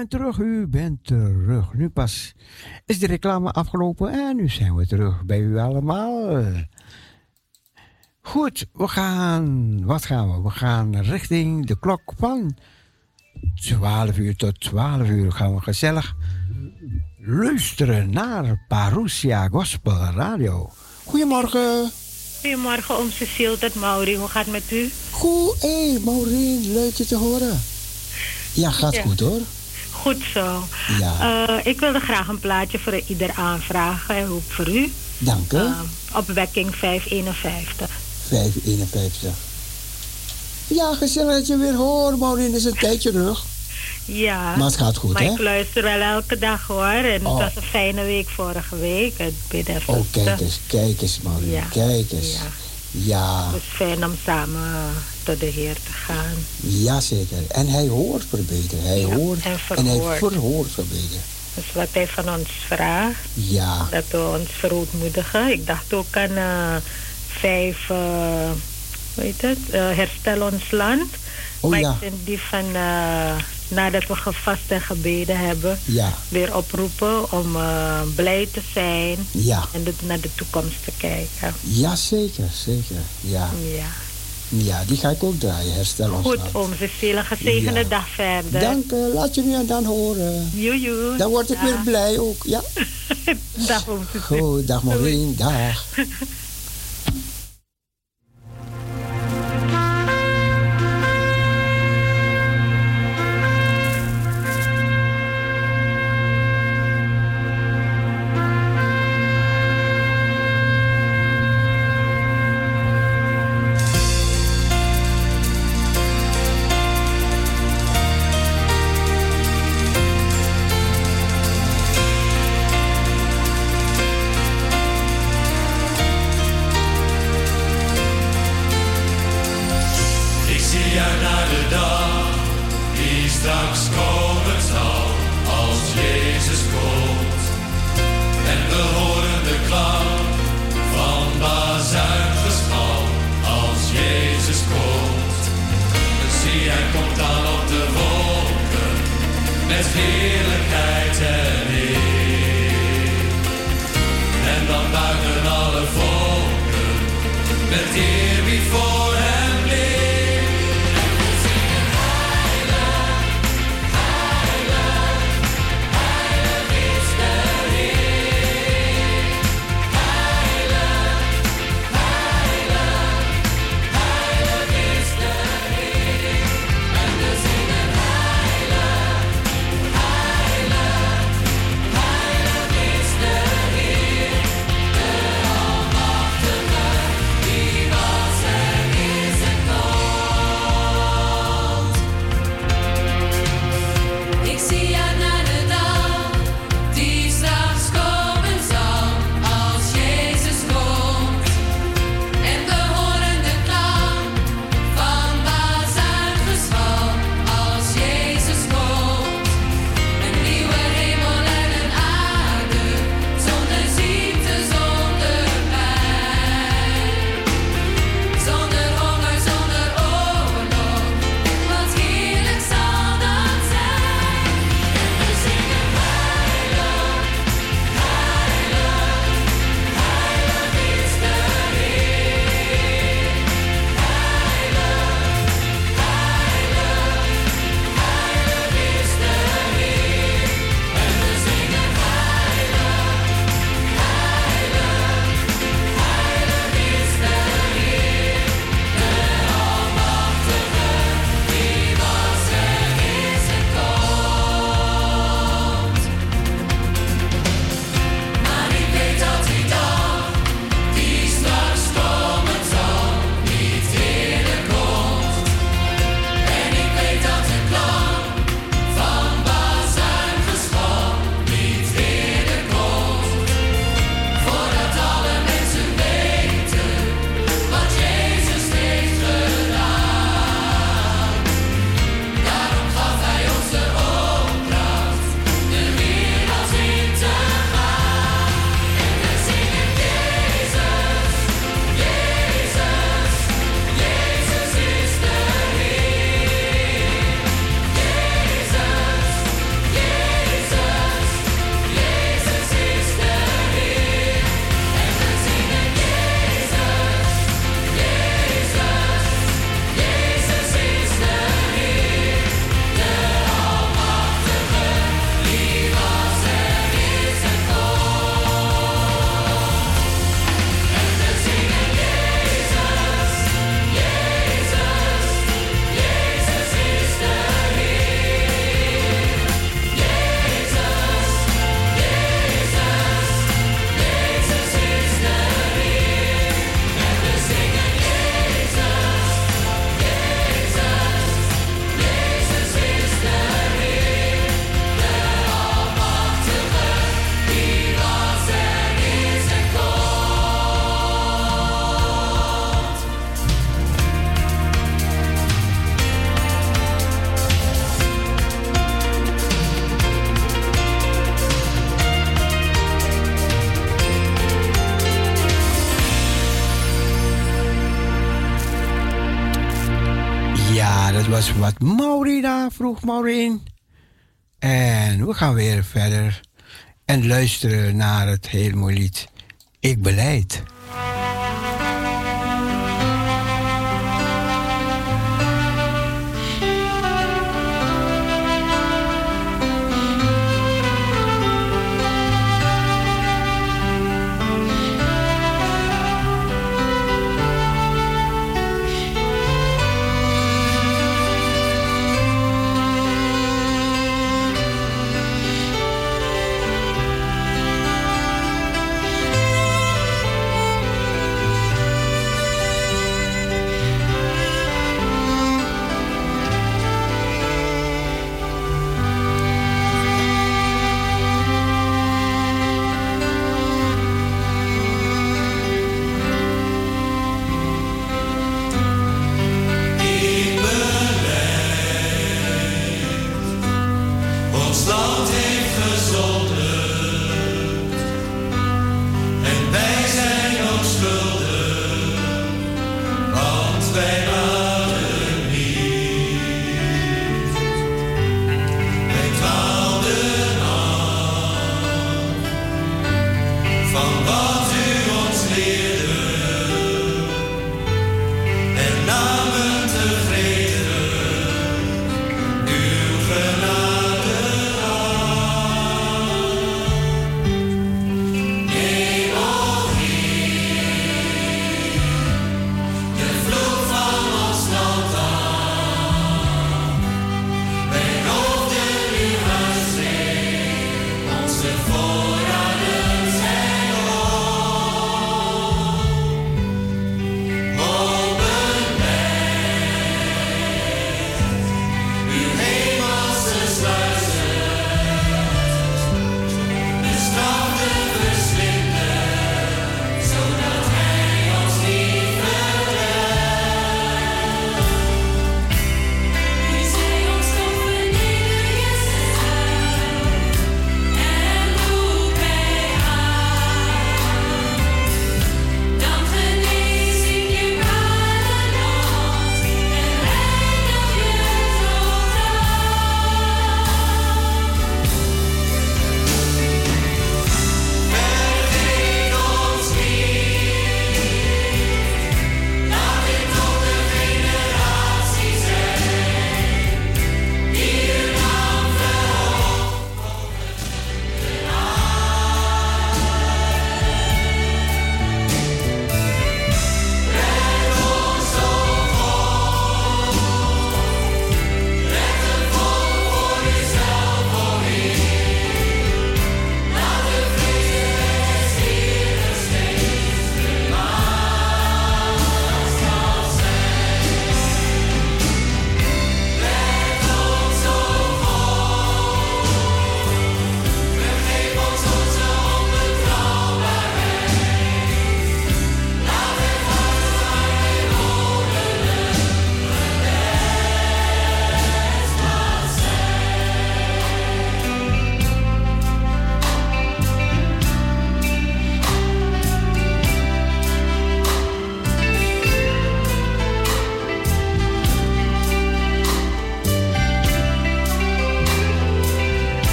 u bent terug. Nu pas is de reclame afgelopen en nu zijn we terug bij u allemaal. Goed, wat gaan we? We gaan richting de klok van 12 uur tot 12 uur gaan we gezellig luisteren naar Parousia Gospel Radio. Goedemorgen. Goedemorgen, oom Cecile tot Maureen. Hoe gaat het met u? Goed, Maureen, leuk je te horen. Ja, gaat goed hoor. Goed zo. Ja. Ik wilde graag een plaatje voor ieder aanvragen. Ook voor u. Dank u. Opwekking 551. 551. Ja, gezellig dat je weer hoort, Maureen. Is een tijdje terug. Ja. Maar het gaat goed, maar hè? ik luister wel elke dag, hoor. En het was een fijne week vorige week. Kijk eens, Maureen. Ja. Kijk eens. Ja. Het is fijn om samen tot de Heer te gaan. Jazeker. En hij hoort verbeteren. Hij hoort en hij verhoort verbeteren. Dat is wat hij van ons vraagt. Ja. Dat we ons verootmoedigen. Ik dacht ook aan 5... herstel ons land. Maar ik vind die van nadat we gevast en gebeden hebben, weer oproepen om blij te zijn en naar de toekomst te kijken. Ja, zeker. Ja, die ga ik ook draaien, herstel ons land. Goed, oom Cecile, gezegende dag verder. Dank, laat je nu en dan horen. Joejoe. Dan word ik weer blij ook, ja. Dag, oom Cecile. Goed, dag Maureen, dag. Voor hem leeft. En we zingen heilig, heilig. dat was wat Maureen vroeg, Maureen. En we gaan weer verder en luisteren naar het heel mooi lied Ik Belijd.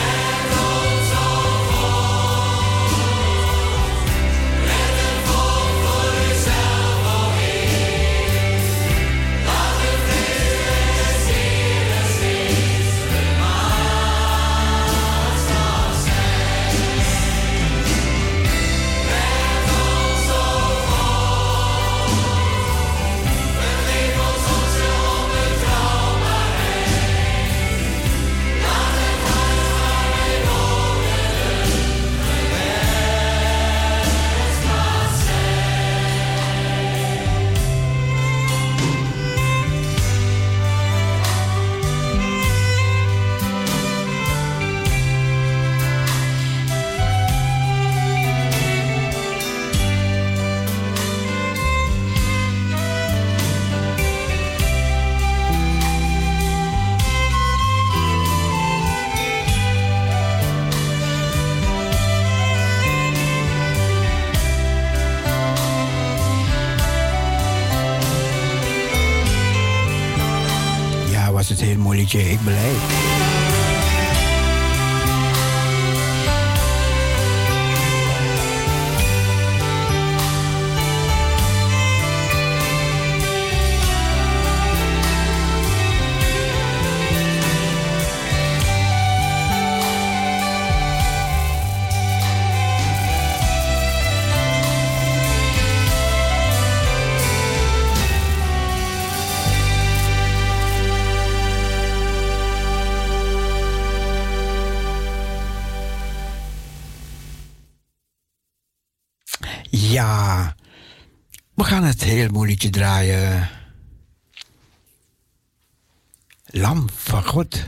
Oh liedje, ik beleid. Ja, we gaan het heel mooi liedje draaien. Lam van God.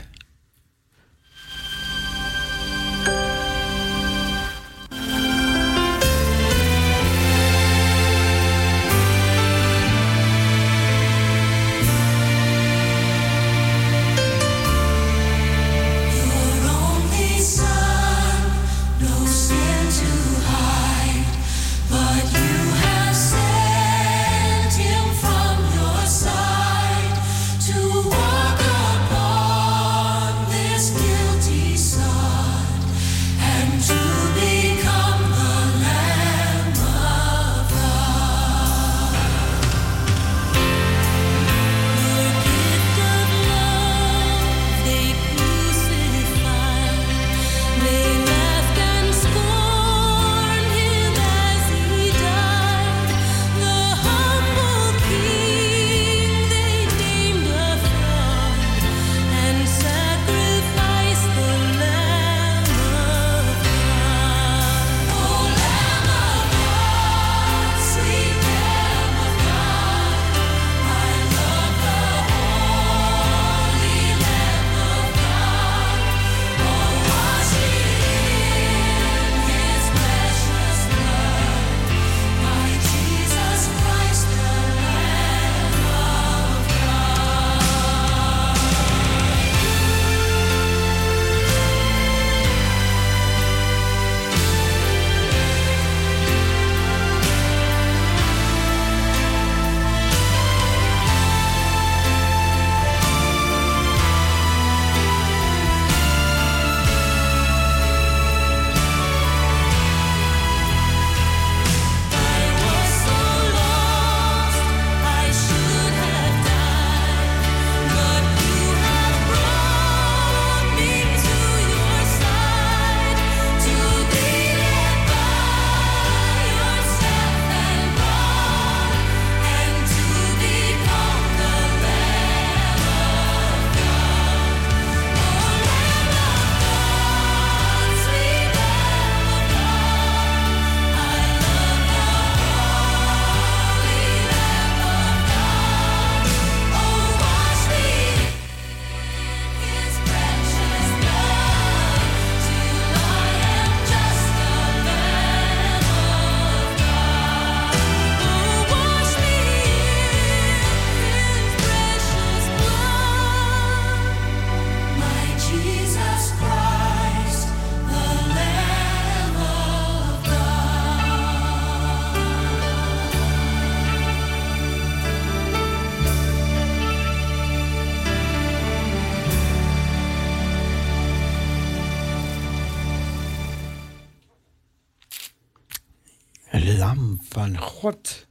Lam van God.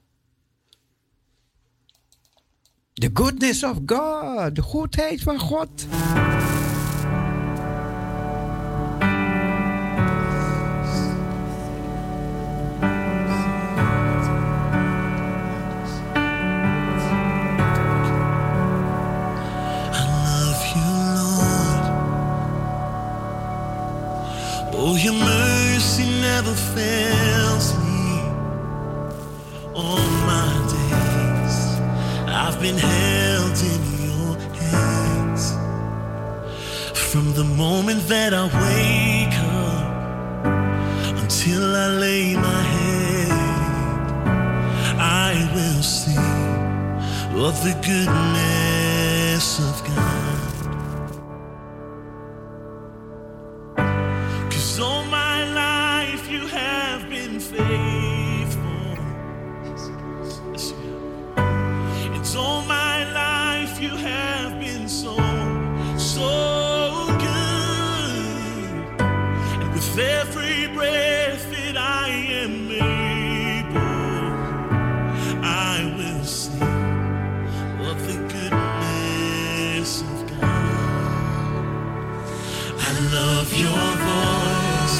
The goodness of God. De goedheid van God. Oh, your mercy never fails me. All my days I've been held in your hands. From the moment that I wake up until I lay my head, I will sing of the goodness of God. love your voice.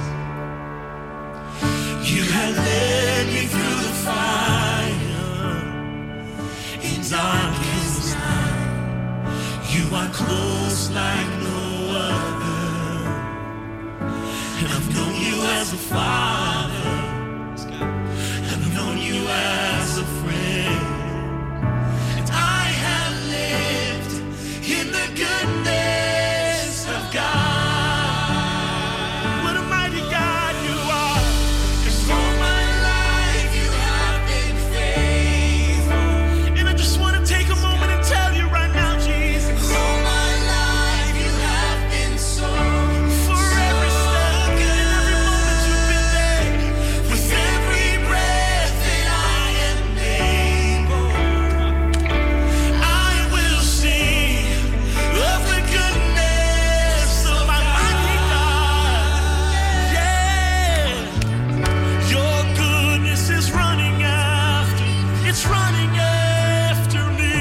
You have led me through the fire in darkest night. You are close like no other, and I've known you as a father. I've known you as a friend. And I have lived in the goodness of God. What a mighty God you are. 'Cause all my life you have been faithful. And I just want to take a moment and tell you right now, Jesus. All my life you have been so. For every step and every moment you've been there. With every breath that I am able, I will sing of the goodness of my mighty God. Yeah, your goodness is running after, it's running after me.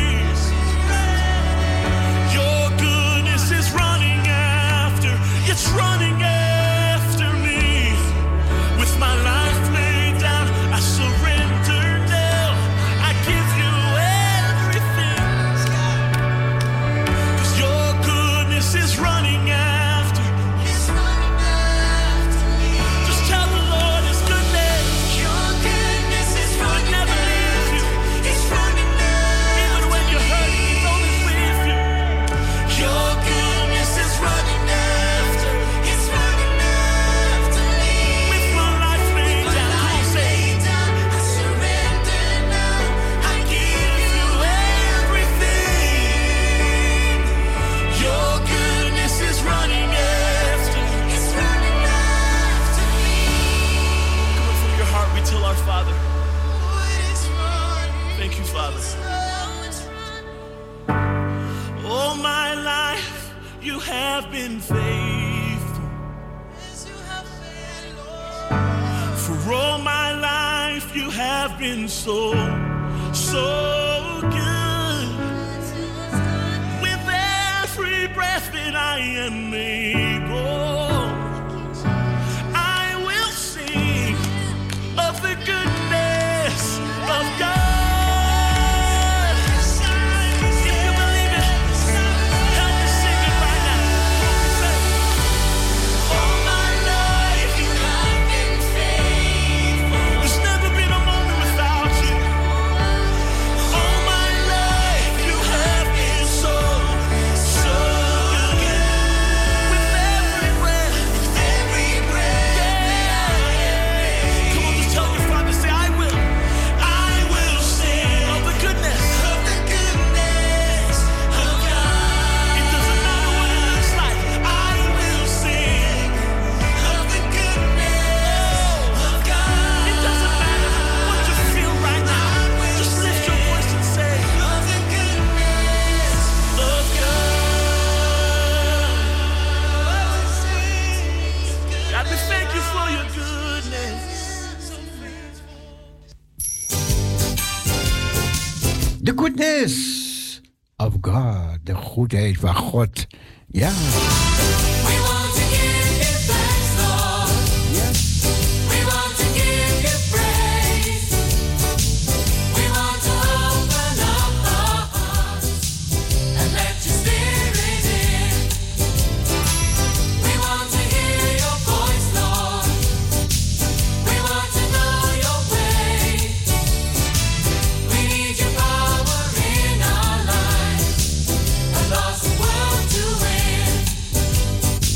Your goodness is running after, it's running after me. With my life laid down, I surrender now. I give you everything. 'Cause your goodness is running after, it's running after me. Just tell the Lord His goodness. Your goodness is running never leaves you. It's running after. Even when you're hurting, He's always with you. Your goodness is running after, it's running after me. With my life laid down, come on, say it. I surrender now. I give you everything. Your goodness is running after, it's running after me. Come on, from your heart we tell our Father. Thank you, Father. All my life you have been faithful. For all my life you have been so, so good. With every breath that I am able, I will sing of the goodness of God. If you believe it, help me sing it right now. Say, all my life you have been faithful. There's never been a moment without you. All my life you have been so, so good. With every breath, yeah. Come on, just tell your Father, say, I will sing of the goodness of God. It doesn't matter what it looks like. I will sing of the goodness of God. It doesn't matter what you feel right now. Just lift your voice and say of the goodness of God. God, we thank you for your goodness. The goodness of God. De goedheid van God. Ja. We want to give you thanks, Lord. We want to give you praise. We want to open up our hearts and let your spirit in. We want to hear your voice, Lord. We want to know your way. We need your power in our lives, a lost world to win.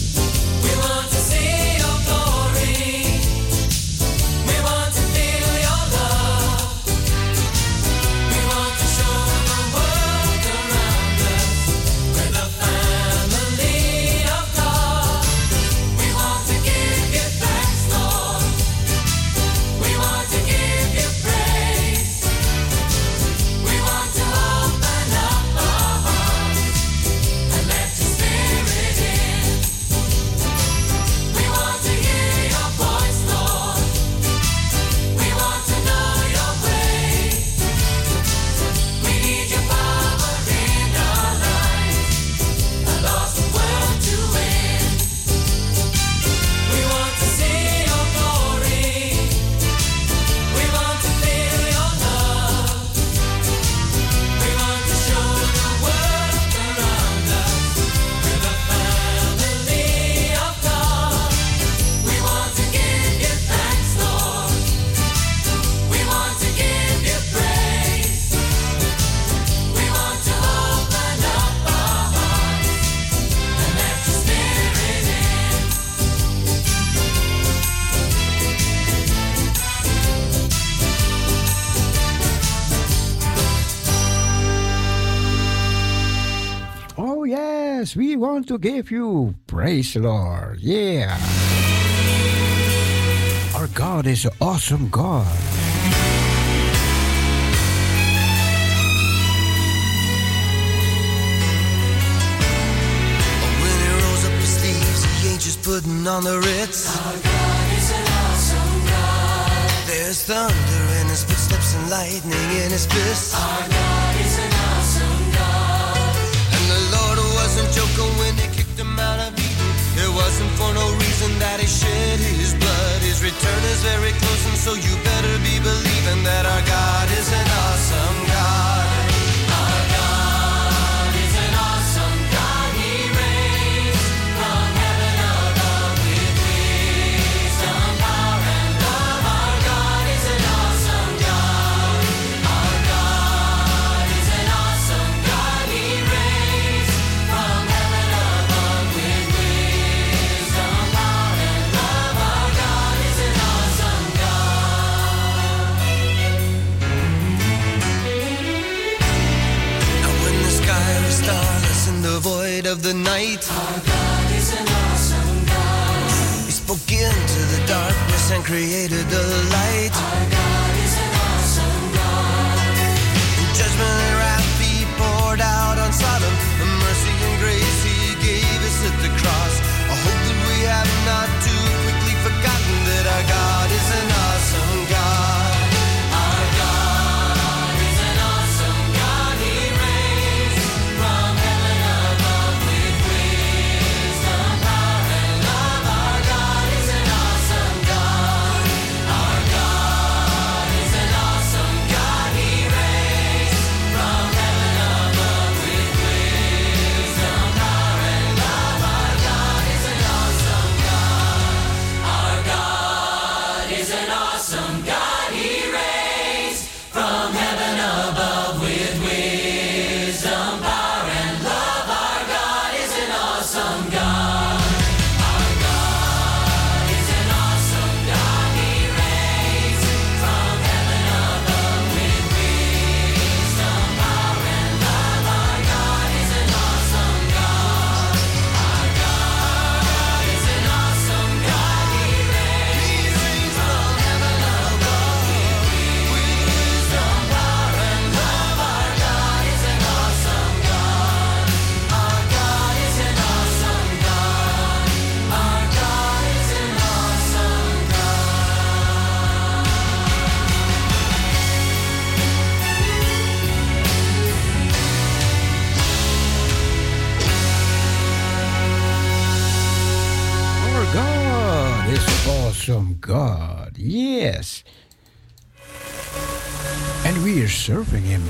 Yes, we want to give you praise, Lord. Yeah. Our God is an awesome God. When he rolls up his sleeves, he ain't just putting on the Ritz. Our God is an awesome God. There's thunder in his footsteps and lightning in his fists. Our God is an awesome God. And the Lord wasn't joking when he kicked him out of Eden. It wasn't for no reason that he shed his blood. His return is very close, and so you better be believing that our God is an awesome God. Our God is an awesome God. He reigns from heaven above with wisdom, power, and love. Our God is an awesome God. Our God is an awesome God. He reigns from heaven above with wisdom, power, and love. Our God is an awesome God. Now when the sky was starless in the void of the night, Our God is an awesome God. he spoke into the darkness and created the light. Our God is an awesome God. In judgment and wrath he poured out on Sodom. The mercy and grace he gave us at the cross. I hope that we have not too quickly forgotten that our God is an awesome God. Our God is an awesome God. He reigns from heaven above with wisdom, power, and love. Our God is an awesome God. Our God is an awesome God. He reigns from heaven above with wisdom, power, and love. Our God is an awesome God. Our God is an awesome God. He reigns from heaven above with wisdom, power, and love. Our God is an awesome God. Our God is an awesome God. He reigns from heaven above with wisdom, power, and love. Our God is an awesome God. Our God is an awesome God. He reigns from heaven above with wisdom, power, and love. Our God is an awesome God. Our God is an awesome God. Our God is an awesome Our God is awesome God. Yes. And we are serving him.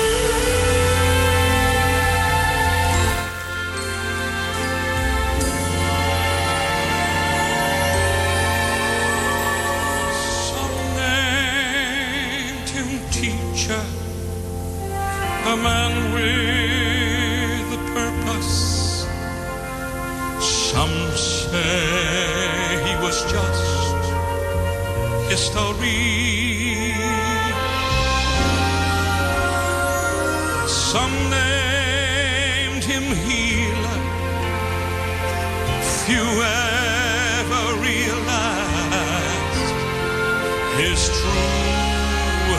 Some named him teacher, a man with a purpose. Some say he was just history. Some named him healer, few ever realized his true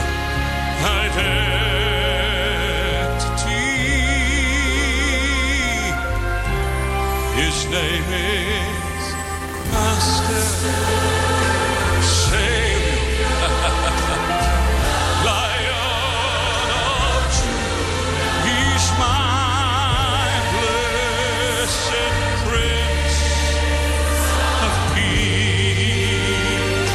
identity. His name is Master, Savior, Lion of Judah. He's my blessed Prince of Peace.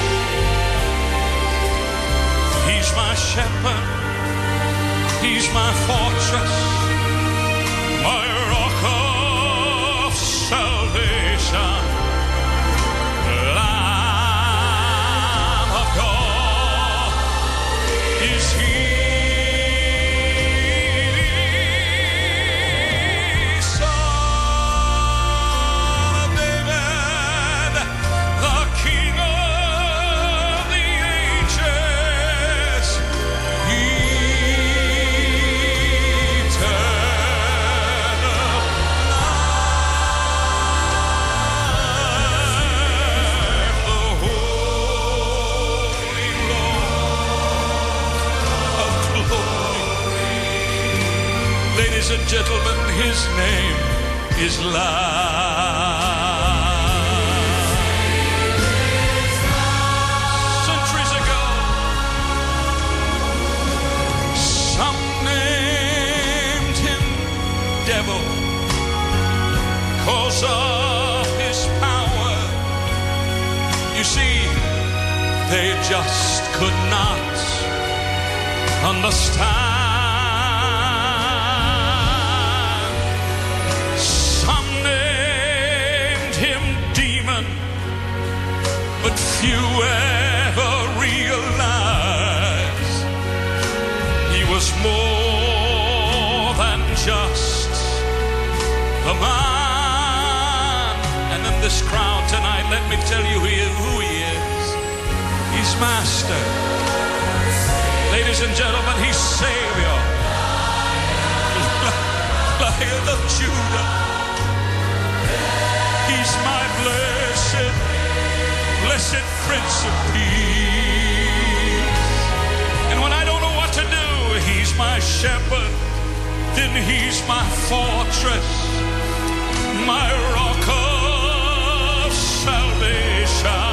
He's my shepherd, he's my fortress, my rock of salvation. Light and gentlemen, his name is life. Centuries ago, some named him devil 'cause of his power. You see, they just could not understand. Some named him demon, but few ever realized he was more than just a man. And in this crowd tonight, let me tell you who he is. He's Master. Ladies and gentlemen, he's Savior. Lion of Judah. He's my blessed Prince of Peace. And when I don't know what to do, he's my shepherd. Then he's my fortress, my rock of salvation.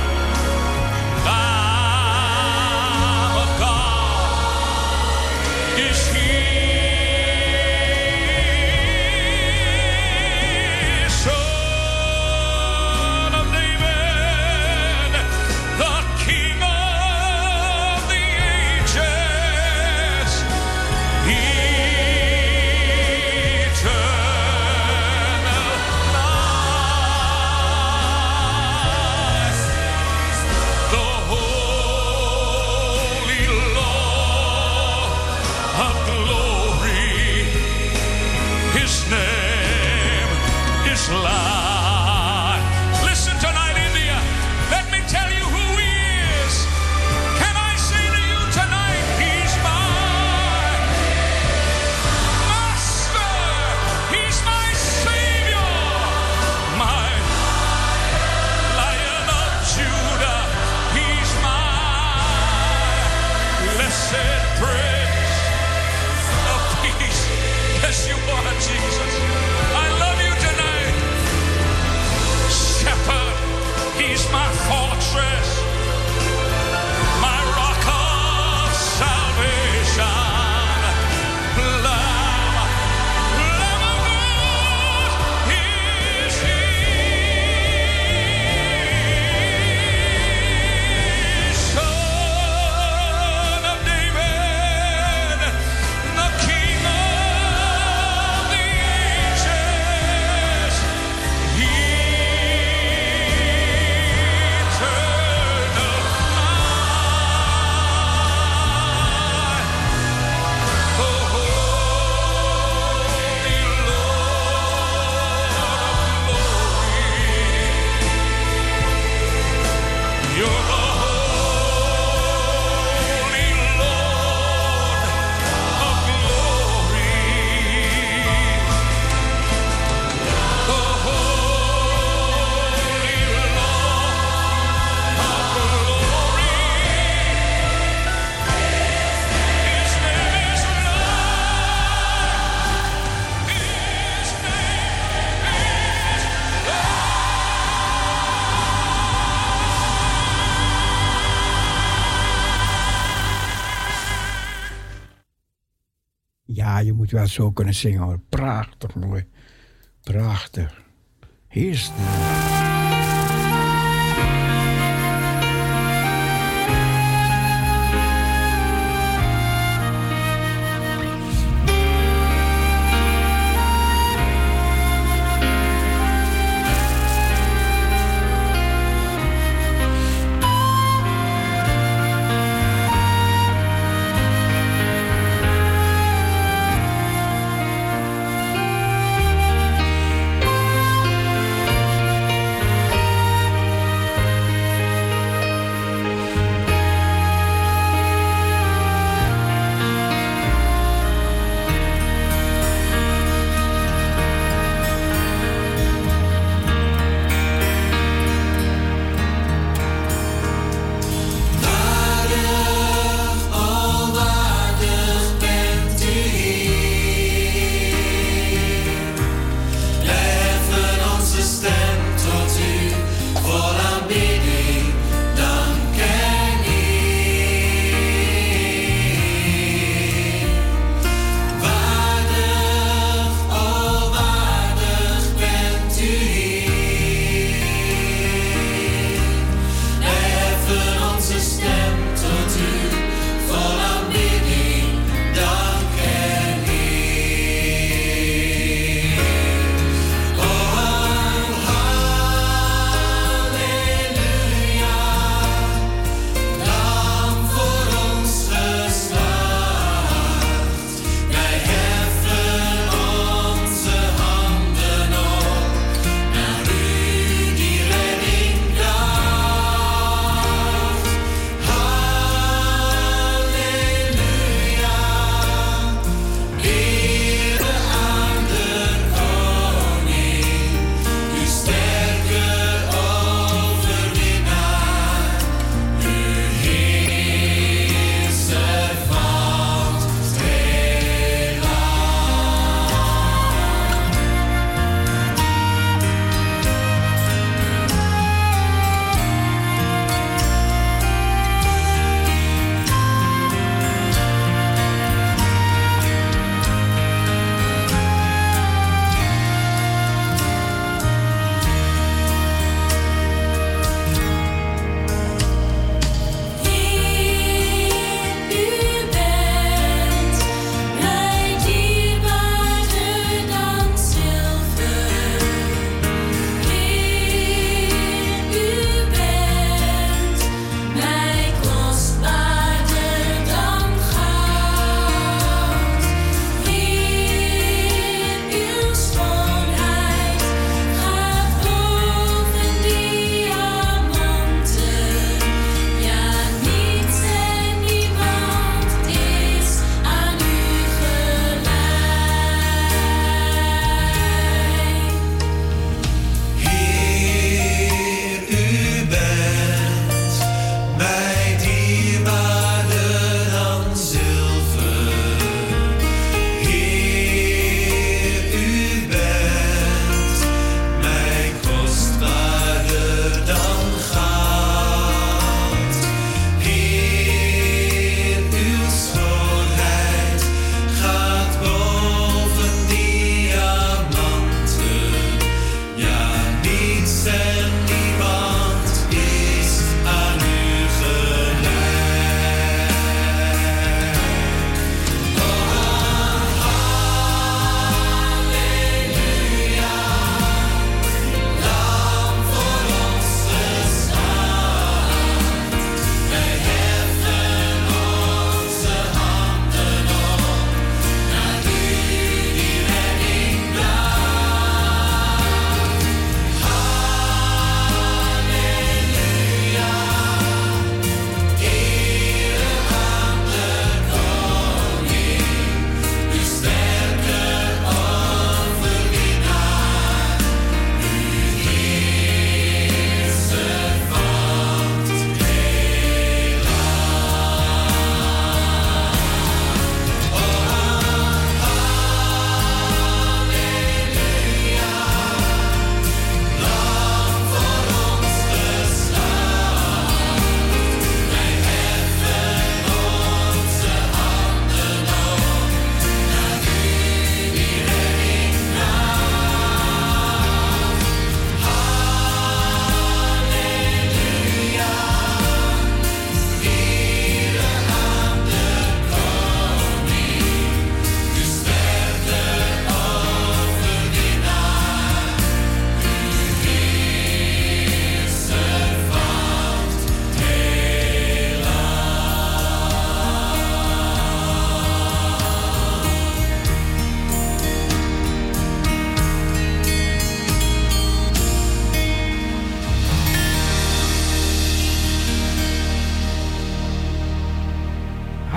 Je moet wel zo kunnen zingen hoor. Prachtig mooi. Prachtig. Hier is het.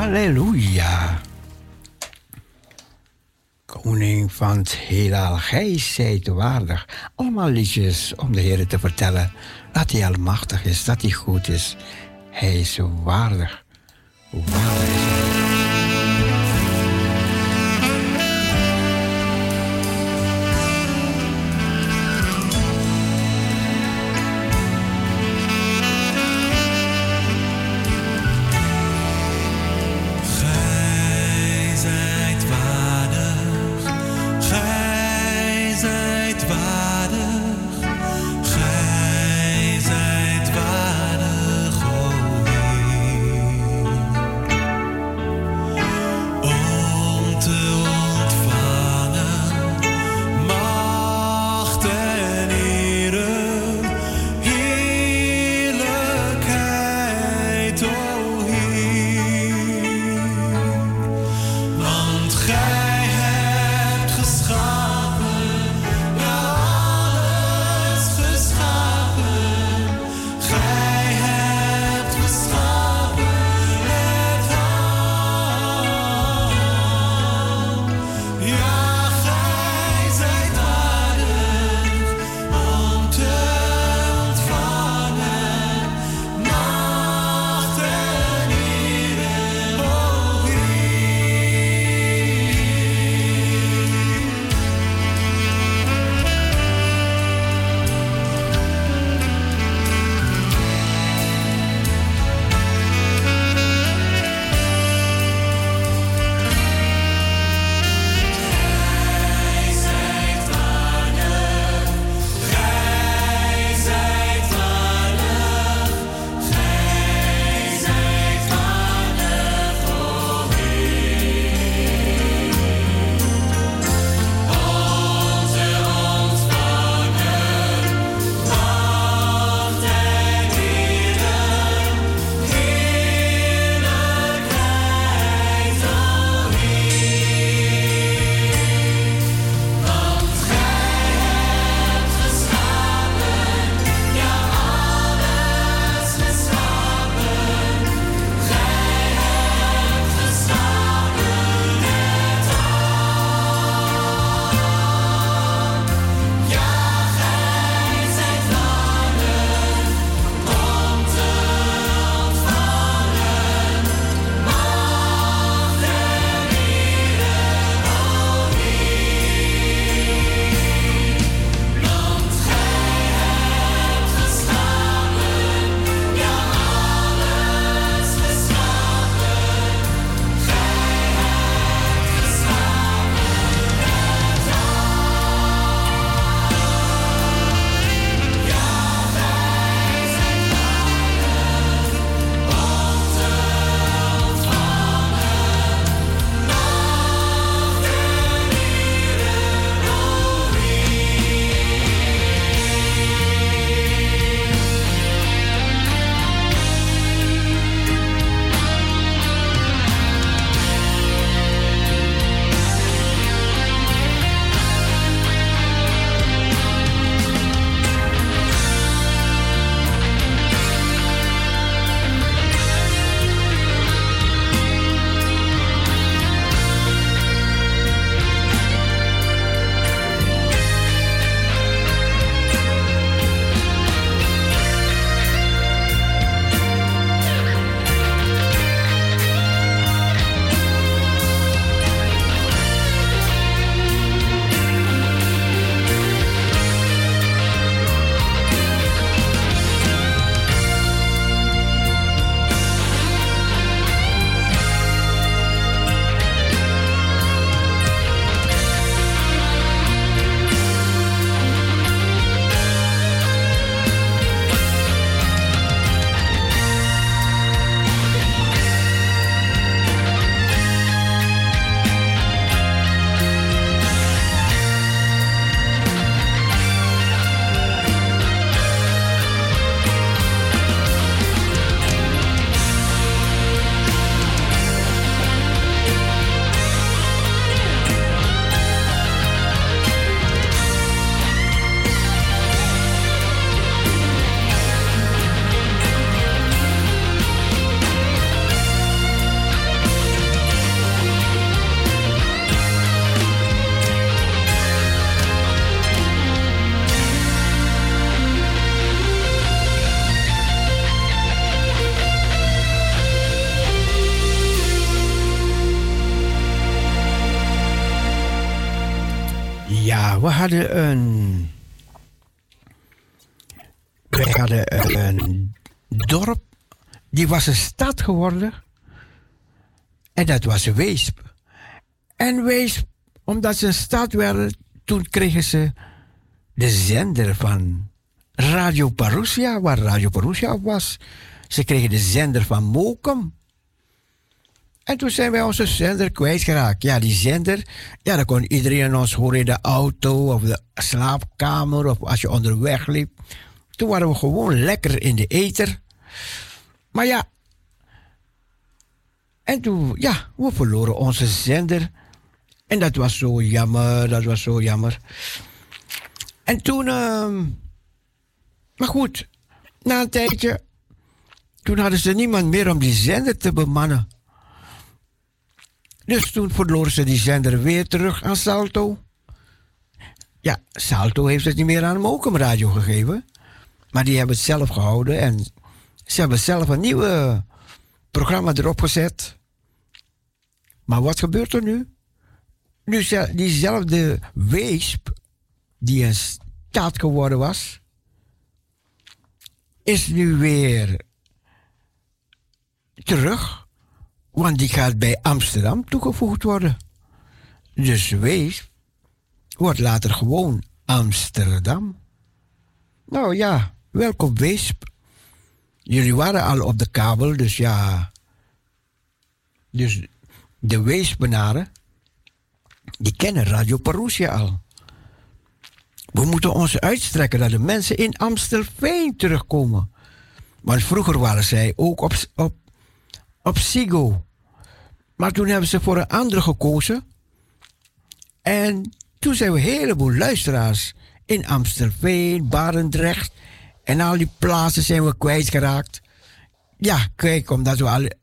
Halleluja. Koning van het heelal, gij zijt waardig. Allemaal liedjes om de Heer te vertellen dat hij almachtig is, dat hij goed is. Hij is waardig. Waardig is hij. hadden een dorp, die was een stad geworden. En dat was Weesp. En Weesp, omdat ze een stad werden, toen kregen ze de zender van Radio Parousia, waar Radio Parousia op was. Ze kregen de zender van Mokum. En toen zijn wij onze zender kwijtgeraakt. Ja, die zender, ja, dan kon iedereen ons horen in de auto of de slaapkamer of als je onderweg liep. Toen waren we gewoon lekker in de ether. Maar ja, en toen, ja, we verloren onze zender. En dat was zo jammer, En toen, maar goed, na een tijdje, toen hadden ze niemand meer om die zender te bemannen. Dus toen verloren ze die zender weer terug aan Salto. Ja, Salto heeft het niet meer aan Mokum Radio gegeven. Maar die hebben het zelf gehouden. En ze hebben zelf een nieuwe programma erop gezet. Maar wat gebeurt er nu? Nu diezelfde Weesp, die een stad geworden was, is nu weer terug. Want die gaat bij Amsterdam toegevoegd worden. Dus Weesp wordt later gewoon Amsterdam. Nou ja, welkom Weesp. Jullie waren al op de kabel, dus ja. Dus de Weespenaren, die kennen Radio Parousia al. We moeten ons uitstrekken dat de mensen in Amstelveen terugkomen. Want vroeger waren zij ook op Ziggo. Maar toen hebben ze voor een andere gekozen. En toen zijn we een heleboel luisteraars in Amstelveen, Barendrecht en al die plaatsen zijn we kwijtgeraakt. Ja, kijk, omdat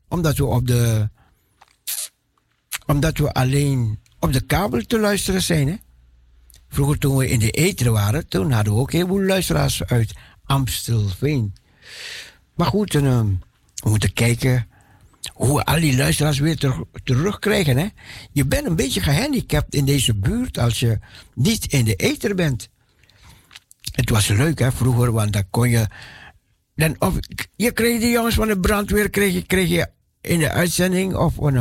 we alleen op de kabel te luisteren zijn. Hè? Vroeger toen we in de ether waren, toen hadden we ook heel veel luisteraars uit Amstelveen. Maar goed, we moeten kijken hoe we al die luisteraars weer terugkrijgen. Hè? Je bent een beetje gehandicapt in deze buurt als je niet in de ether bent. Het was leuk, hè, vroeger, want dan kon je... je kreeg de jongens van de brandweer kreeg je in de uitzending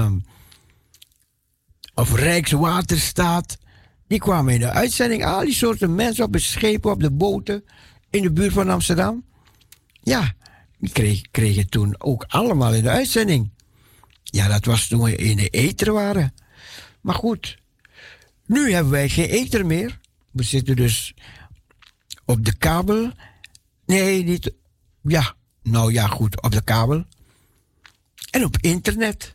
of Rijkswaterstaat. Die kwamen in de uitzending. Al die soorten mensen op de schepen, op de boten in de buurt van Amsterdam. Ja, die kregen toen ook allemaal in de uitzending. Ja, dat was toen we in de ether waren. Maar goed, nu hebben wij geen ether meer. We zitten dus op de kabel. Nee, niet... Ja, nou ja, goed, op de kabel. En op internet.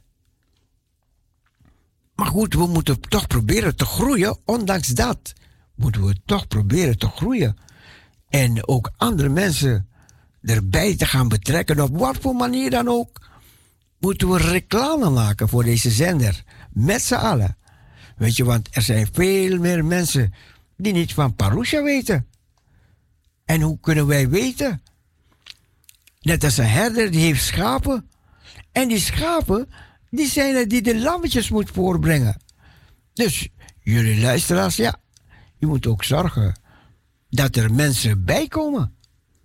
Maar goed, we moeten toch proberen te groeien. Ondanks dat moeten we toch proberen te groeien. En ook andere mensen erbij te gaan betrekken. Op wat voor manier dan ook. Moeten we reclame maken voor deze zender. Met z'n allen. Weet je, want er zijn veel meer mensen die niet van Parousia weten. En hoe kunnen wij weten? Net als een herder die heeft schapen. En die schapen, die zijn er die de lammetjes moet voorbrengen. Dus jullie luisteraars, ja, je moet ook zorgen dat er mensen bij komen.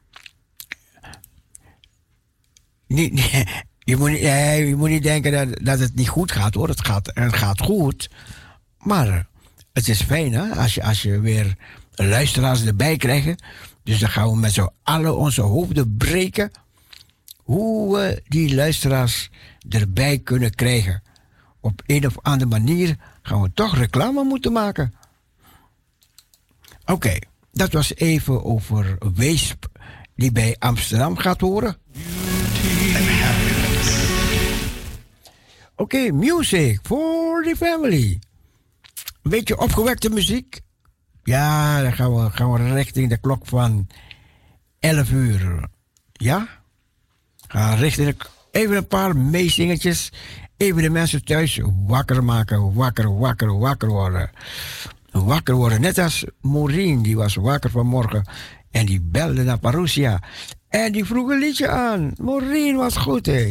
Je moet niet denken dat het niet goed gaat, hoor. Het gaat goed. Maar het is fijn, hè, als je weer luisteraars erbij krijgt. Dus dan gaan we met z'n allen onze hoofden breken. Hoe we die luisteraars erbij kunnen krijgen. Op een of andere manier gaan we toch reclame moeten maken. Oké, dat was even over Weesp, die bij Amsterdam gaat horen. Oké, music for the family. Een beetje opgewekte muziek. Ja, dan gaan we richting de klok van 11 uur. Ja? Gaan richting even een paar meezingetjes. Even de mensen thuis wakker maken. Wakker worden. Wakker worden. Net als Maureen, die was wakker vanmorgen. En die belde naar Parousia. En die vroeg een liedje aan. Maureen was goed, hé.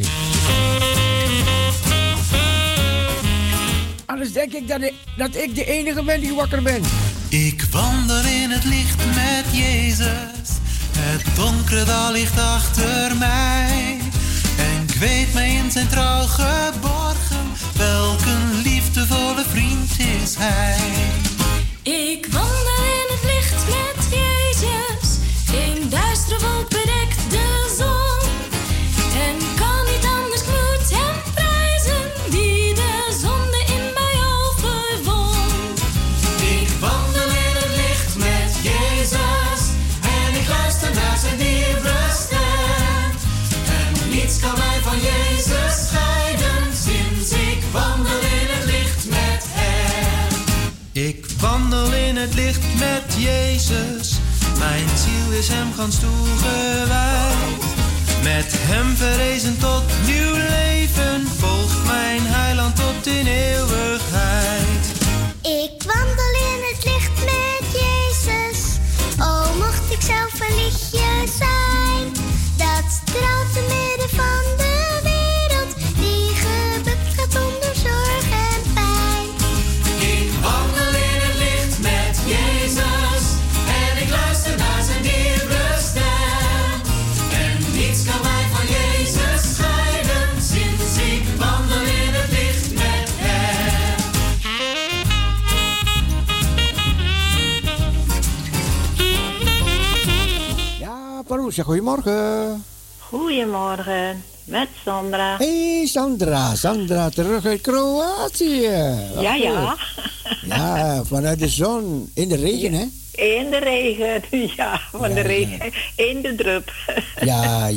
Anders denk ik dat ik de enige ben die wakker ben. Ik wandel in het licht met Jezus. Het donkere dal ligt achter mij. En ik weet mij in zijn trouw geborgen. Welk een liefdevolle vriend is hij. Ik wandel in het licht met Jezus. Geen duistere wolk bedekt de zon. En kan niet anders, ik moet hem prijzen. Die de zonde in mij overwon. Ik wandel in het licht met Jezus. En ik luister naar zijn nieuwe stem. En niets kan mij van Jezus scheiden. Sinds ik wandel in het licht met hem. Ik wandel in het licht met Jezus. Mijn ziel is hem gans toegewijd. Met hem verrezen tot nieuw leven. Volgt mijn heiland tot in eeuwigheid. Ik wandel in het licht met Jezus. Oh, mocht ik zelf een lichtje zijn. Dat straalt te midden van de wereld. Die gebukt gaat onder zorg en pijn. Ik wandel in het licht met Jezus. En ik luister naar zijn nieuwe stem. En niets kan mij van Jezus scheiden. Sinds ik wandel in het licht met hem. Ja, Parousia, goedemorgen. Goedemorgen, met Sandra. Hey Sandra, Sandra terug uit Kroatië. Ja, ja. Ja, vanuit de zon, in de regen, hè? In de regen, ja, van de regen. In de drup. Ja.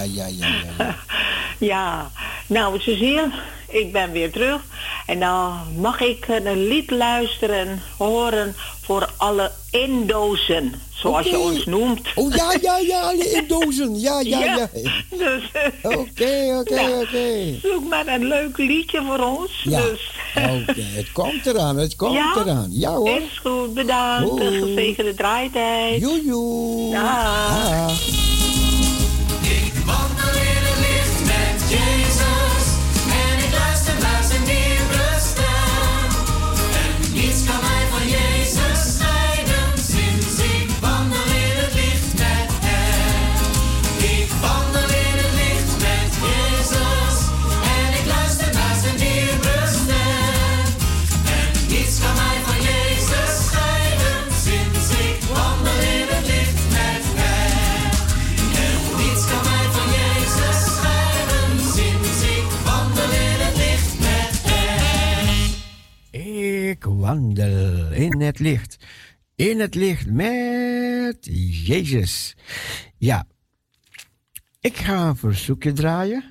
Ja, nou Cecile, ik ben weer terug. En dan mag ik een lied luisteren, horen voor alle Indozen, zoals je ons noemt. Oh ja, alle Indozen, ja. Dus, Oké. zoek maar een leuk liedje voor ons. Ja, Dus. oké, het komt eraan. Ja hoor. Is goed, bedankt. Een gezegende draaitijd. Joejoe. Dag. Ik wandel in het licht met Jezus. En ik luister naar zijn nieuwe stem. En niets kan mij van Jezus scheiden. Sinds ik wandel in het licht met hem. Ik wandel in het licht met Jezus. En ik luister naar zijn nieuwe stem. En niets kan mij van Jezus scheiden. Sinds ik wandel in het licht met hem. En niets kan mij van Jezus scheiden. Sinds ik wandel in het licht met hem. Ik wandel in het licht. In het licht met Jezus. Ja. Ik ga een verzoekje draaien.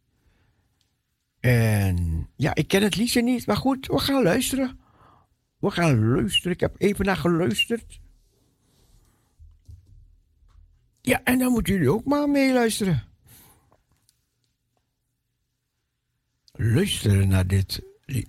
En ja, ik ken het liedje niet, maar goed, we gaan luisteren. Ik heb even naar geluisterd. Ja, en dan moeten jullie ook maar meeluisteren. Luisteren naar dit lied.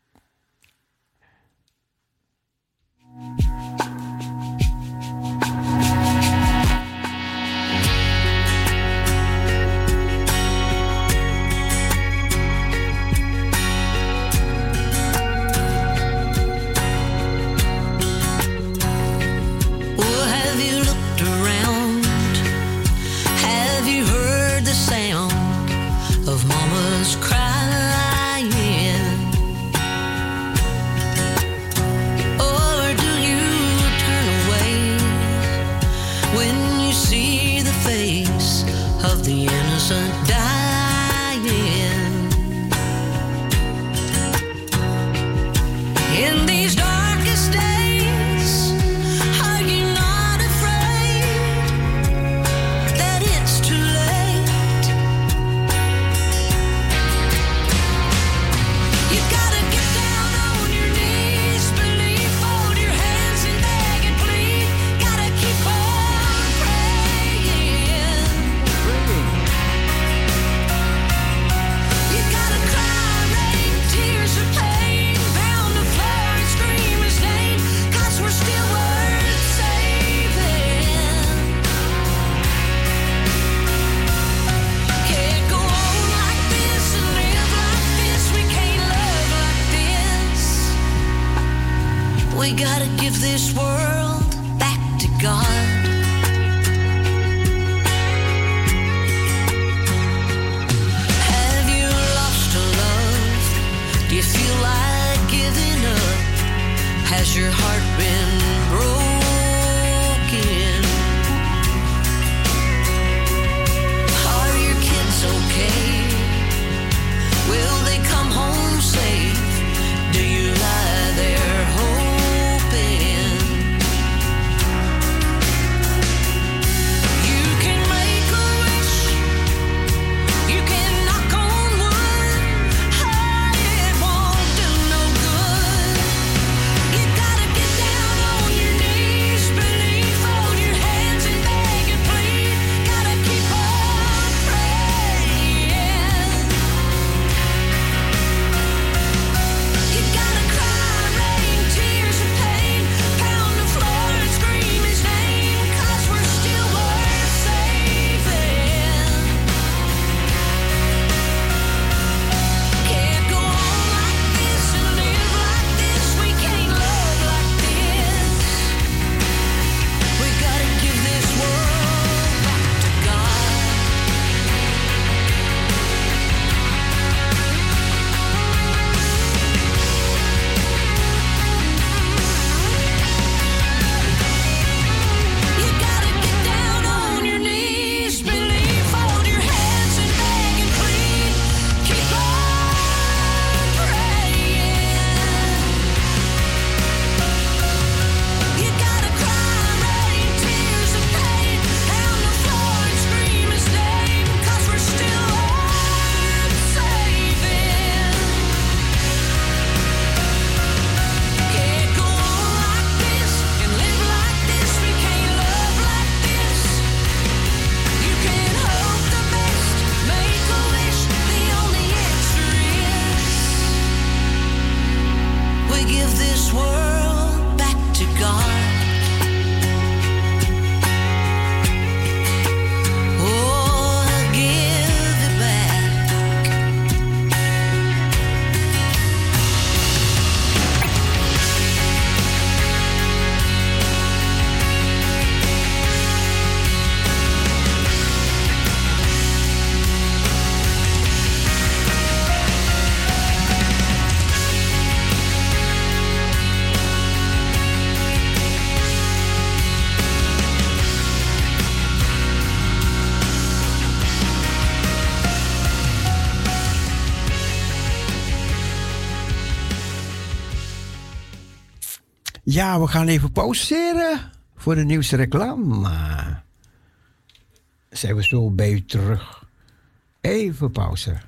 Have you looked around? Have you heard the sound of mama's crying? Or do you turn away when you see the face of the innocent dying? In these darkest days, are you not afraid that it's too late? You gotta get down on your knees, believe, fold your hands and beg and plead. Gotta keep on praying. Ja, we gaan even pauzeren voor de nieuwste reclame. Zijn we zo bij u terug. Even pauze.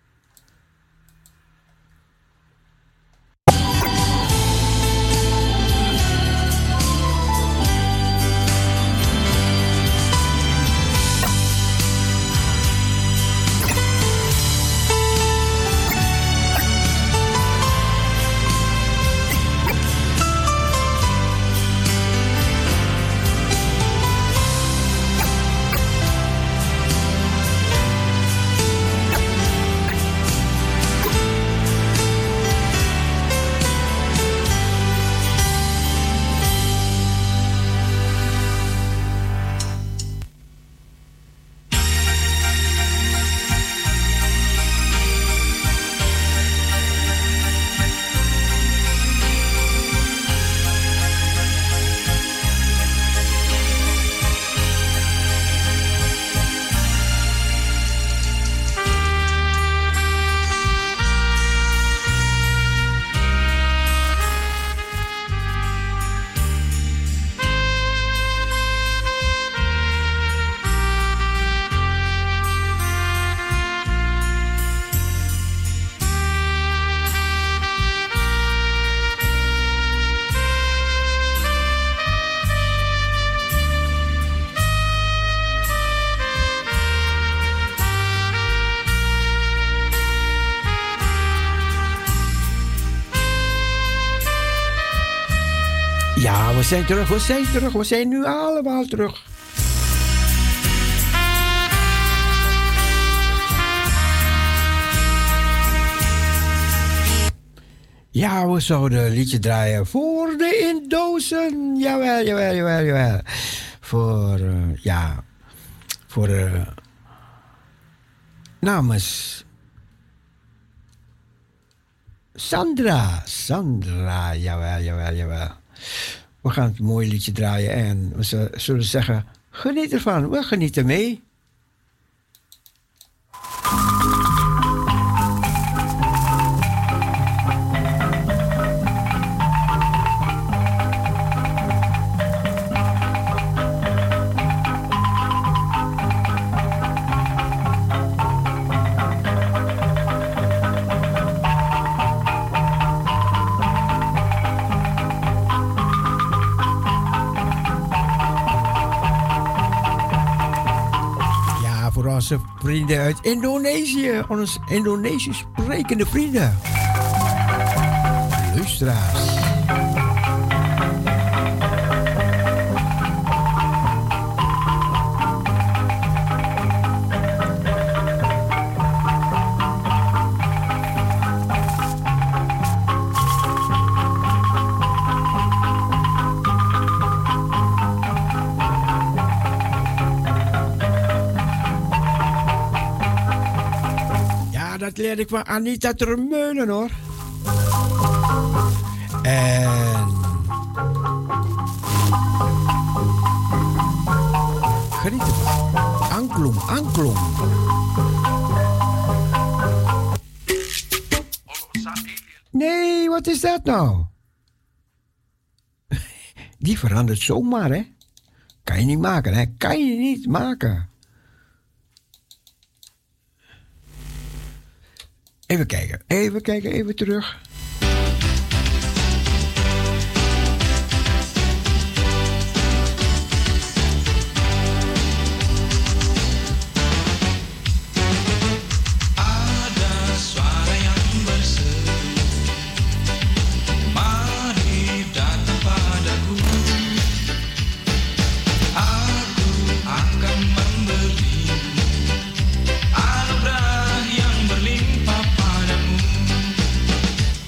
Ja, we zijn terug, we zijn nu allemaal terug. Ja, we zouden een liedje draaien voor de Indozen. Jawel. Voor namens Sandra, jawel. We gaan het mooie liedje draaien en we zullen zeggen, geniet ervan, we genieten mee. Onze vrienden uit Indonesië, onze Indonesisch sprekende vrienden. Luisteraars. Dat leerde ik van Anita Termeulen, hoor. En geniet ervan. Angklung. Nee, wat is dat nou? Die verandert zomaar, hè? Kan je niet maken, hè? Kan je niet maken. Even kijken, even terug. Ada suara yang berseru, mari datang padaku. Aku akan memberi anugerah yang berlimpah padamu.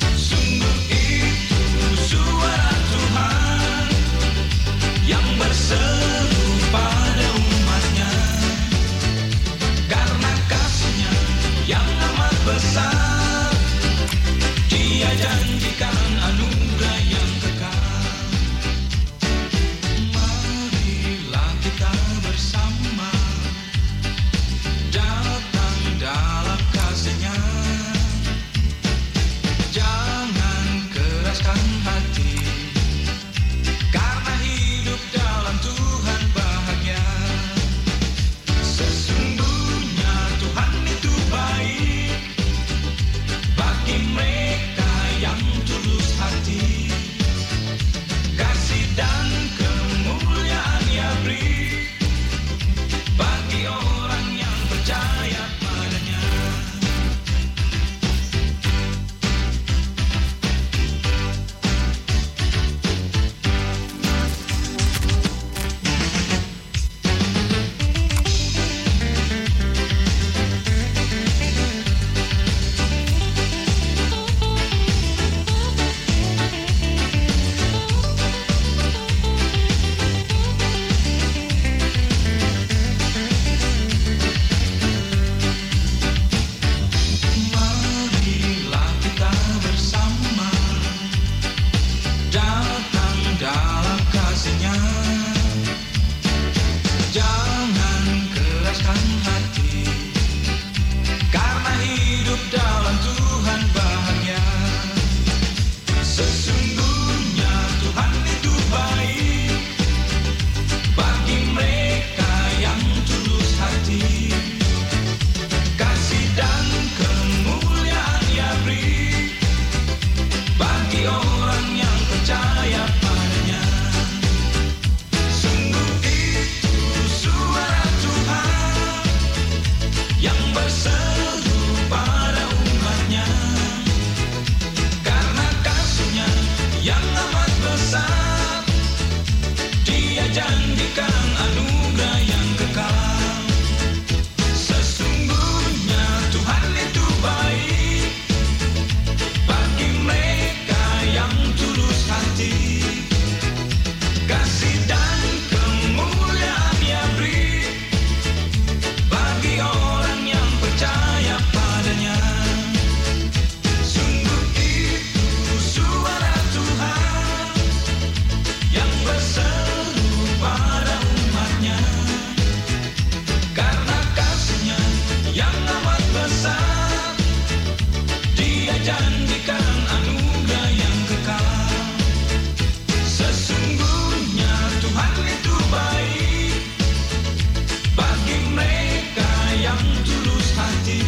yang tulus hati,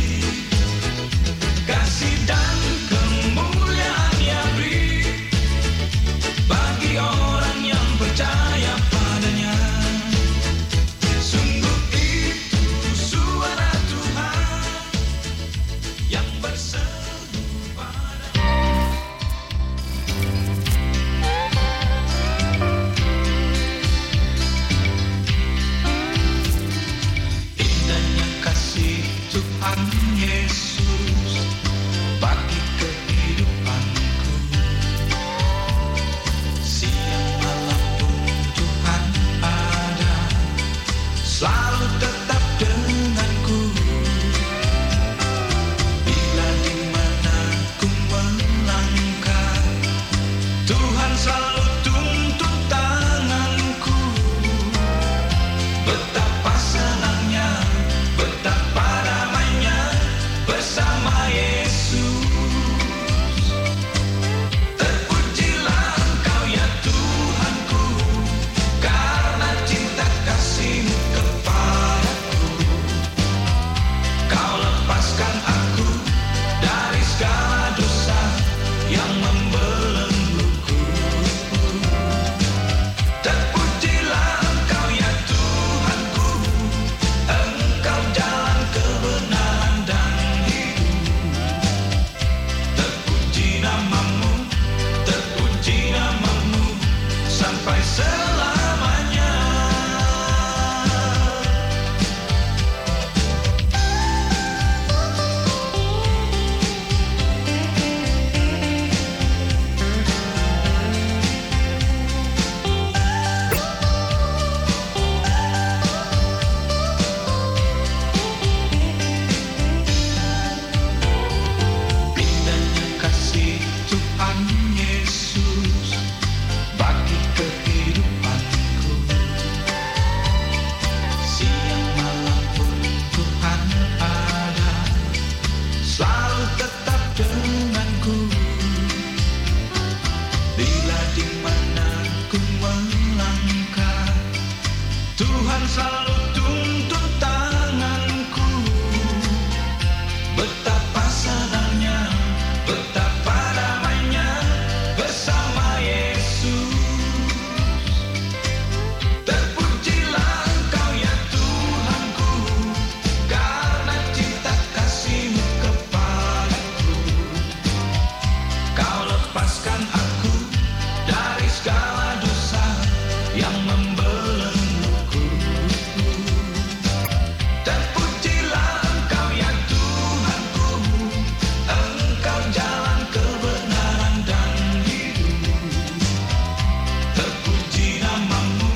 kasih dan kemuliaan Ia beri bagi orang yang percaya padanya. Sungguh itu suara Tuhan yang berseru pada indahnya kasih Tuhan Yesus bagi kehidupanku. Siang malam pun Tuhan ada, selalu tetap denganku. Bila di mana ku melangkah, Tuhan selalu tuntun tanganku. Betapa senangnya, betapa damainya bersama Yesus. Terpujilah Engkau ya Tuhanku, karena cinta kasih-Mu kepadaku. Kau lepaskan aku dari segala dosa yang membelengguku. Terpujilah Engkau ya Tuhanku, Engkau jalan kebenaran dan hidup. Terpuji namamu, terpuji namamu sampai selamanya. Indahnya kasih Tuhan Yesus bagi kehidupanku. Siang malam pun Tuhan ada, selalu tetap denganku. Bila di mana ku melangkah, Tuhan selalu tuntun tanganku. Betapa senangnya, betapa damainya bersama Yesus. Terpujilah Engkau ya Tuhanku, karena cinta kasih-Mu kepadaku. Kau lepaskan aku dari segala dosa yang membelengguku. Terpujilah Engkau ya Tuhanku, Engkau jalan kebenaran dan hidup. Terpuji namamu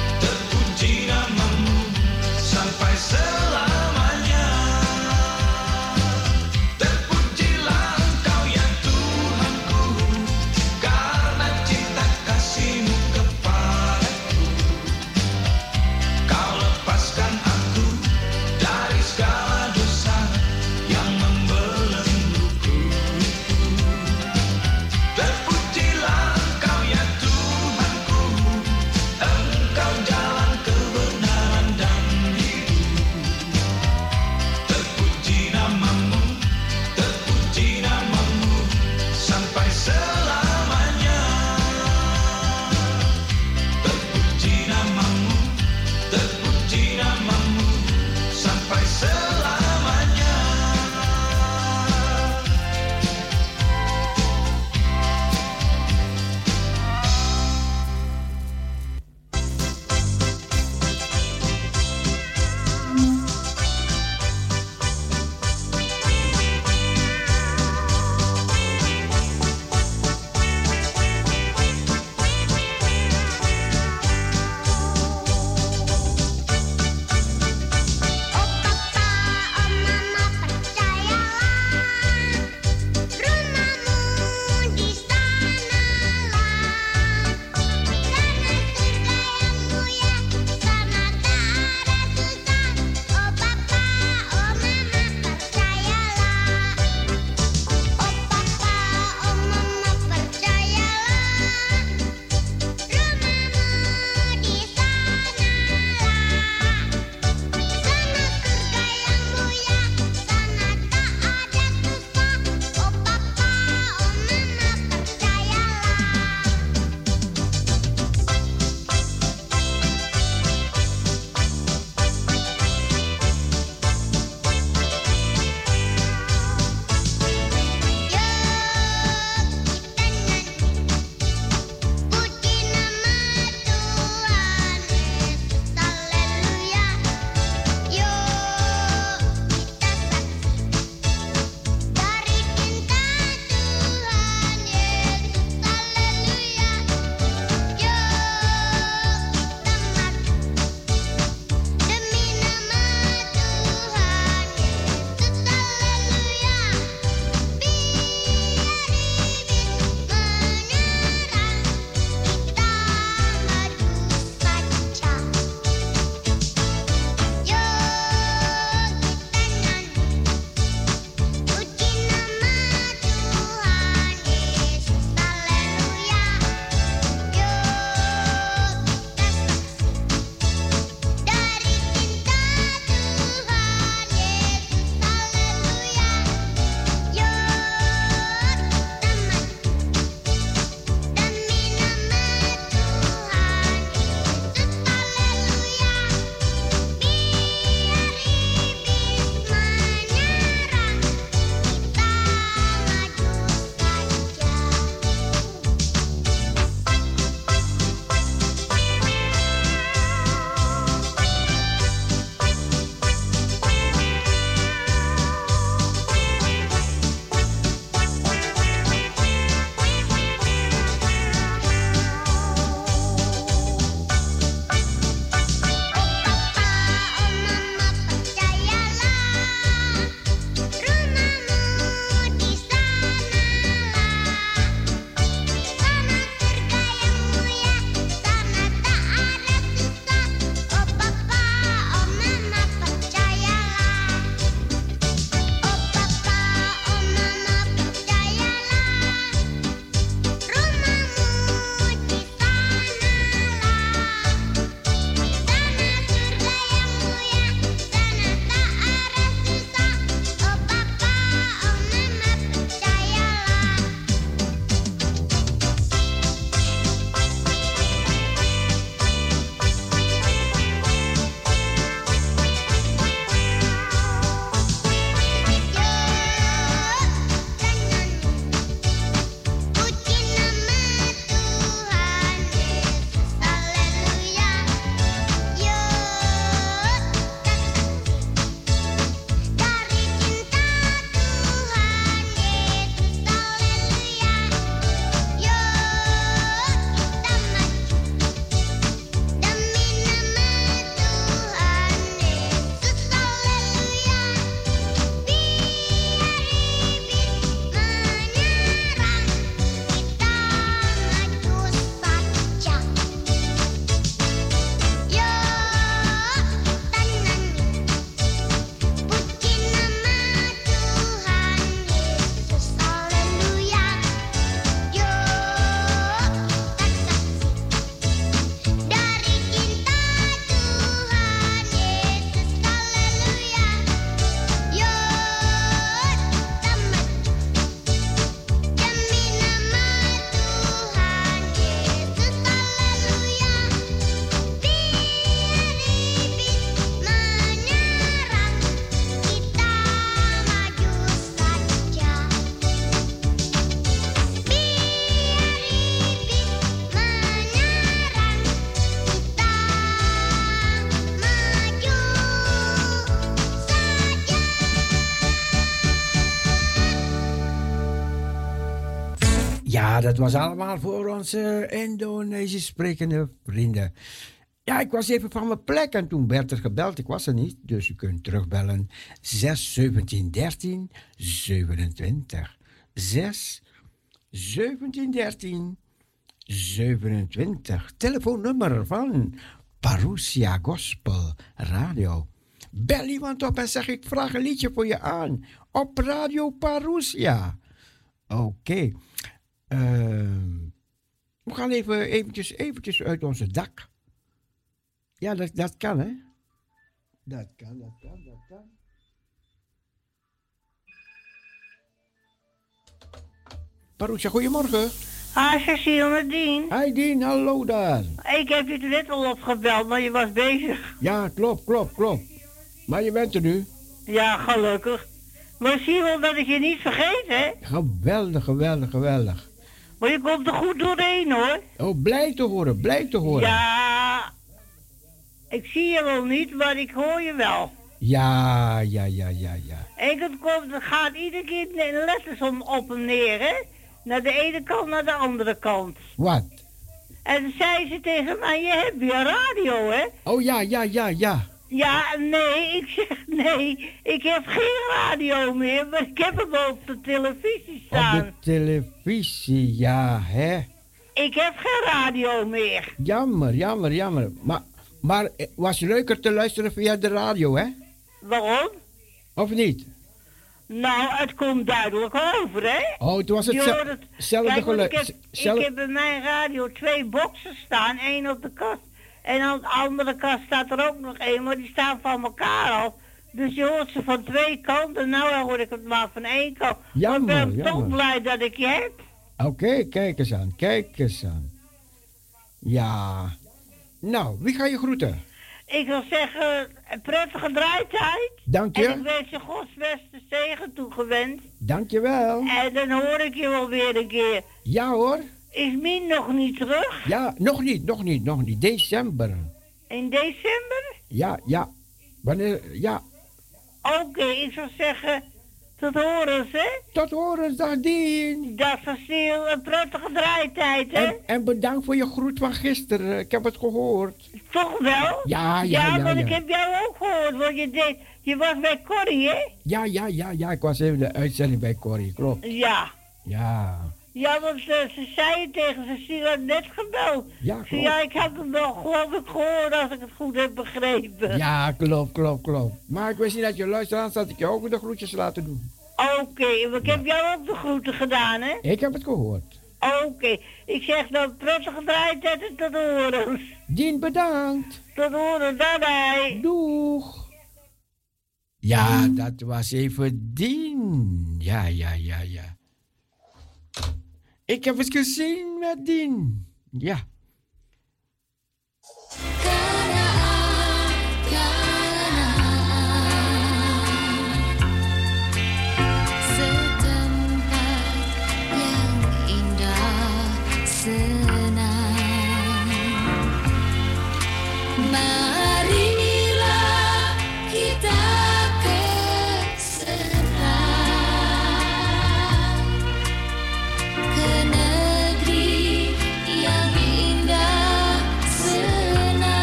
sampai selamanya. Terpujilah Engkau ya Tuhanku, karena cinta kasih-Mu kepadaku. Kau lepaskan aku dari segala dosa yang membelengguku. Terpujilah Engkau ya Tuhanku, Engkau jalan kebenaran dan hidup. Terpuji namamu sampai selamanya. Terpuji namamu Ja, dat was allemaal voor onze Indonesisch sprekende vrienden. Ja, ik was even van mijn plek en toen werd er gebeld. Ik was er niet, dus u kunt terugbellen. 6 17 13 27. 6 17 13 27. Telefoonnummer van Parousia Gospel Radio. Bel iemand op en zeg ik vraag een liedje voor je aan. Op Radio Parousia. Oké. We gaan eventjes uit onze dak. Ja, dat kan, hè? Dat kan. Parousia, goedemorgen. Ah, Cecile met Dien. Hi Dien, hallo daar. Ik heb je toen net al opgebeld, maar je was bezig. Ja, klopt. Maar je bent er nu. Ja, gelukkig. Maar zie je wel dat ik je niet vergeet, hè? Geweldig. Maar je komt er goed doorheen, hoor. Oh, blij te horen. Ja, ik zie je wel niet, maar ik hoor je wel. Ja. En het gaat iedere keer letters op en neer, hè? Naar de ene kant, naar de andere kant. Wat? En toen zei ze tegen mij, je hebt weer radio, hè? Oh, ja. Ja, nee, ik zeg nee. Ik heb geen radio meer, maar ik heb hem op de televisie staan. Op de televisie, ja, hè? Ik heb geen radio meer. Jammer. Maar was leuker te luisteren via de radio, hè? Waarom? Of niet? Nou, het komt duidelijk over, hè? Oh, het was hetzelfde geluid. Ik heb bij mijn radio 2 boxen staan, 1 op de kast. En aan de andere kast staat er ook nog 1, maar die staan van elkaar af. Dus je hoort ze van 2 kanten. Nou, dan hoor ik het maar van 1 kant. Jammer. Maar ik ben toch blij dat ik je heb. Oké, kijk eens aan. Ja. Nou, wie ga je groeten? Ik wil zeggen, een prettige draaitijd. Dank je. En ik wens je Gods beste zegen toegewenst. Dank je wel. En dan hoor ik je wel weer een keer. Ja hoor. Is Mien nog niet terug? Ja, nog niet. December. In december? Ja. Wanneer, ja. Oké, ik zou zeggen, tot horens, hè? Tot horens, dag Dien. Dag Cecile, een prettige draaitijd, hè? En bedankt voor je groet van gisteren. Ik heb het gehoord. Toch wel? Ja. Ik heb jou ook gehoord, want je was bij Corrie, hè? Ja, ik was even de uitzending bij Corrie, klopt. Ja. Ja, want ze zei tegen Cecile net gebeld. Ja, klopt. Ja, ik heb hem wel geloof ik gehoord als ik het goed heb begrepen. Ja, klopt. Maar ik wist niet dat je luistert, anders had ik je ook de groetjes laten doen. Oké, maar ik heb jou ook de groeten gedaan, hè? Ik heb het gehoord. Oké, ik zeg dan prettige draaitijd en tot horens. Dien, bedankt. Tot horens, bye. Doeg. Ja, dat was even Dien. Ja. Ik heb het gezien met Dien. Ja. Marilah kita ke sana, ke negeri yang indah sana.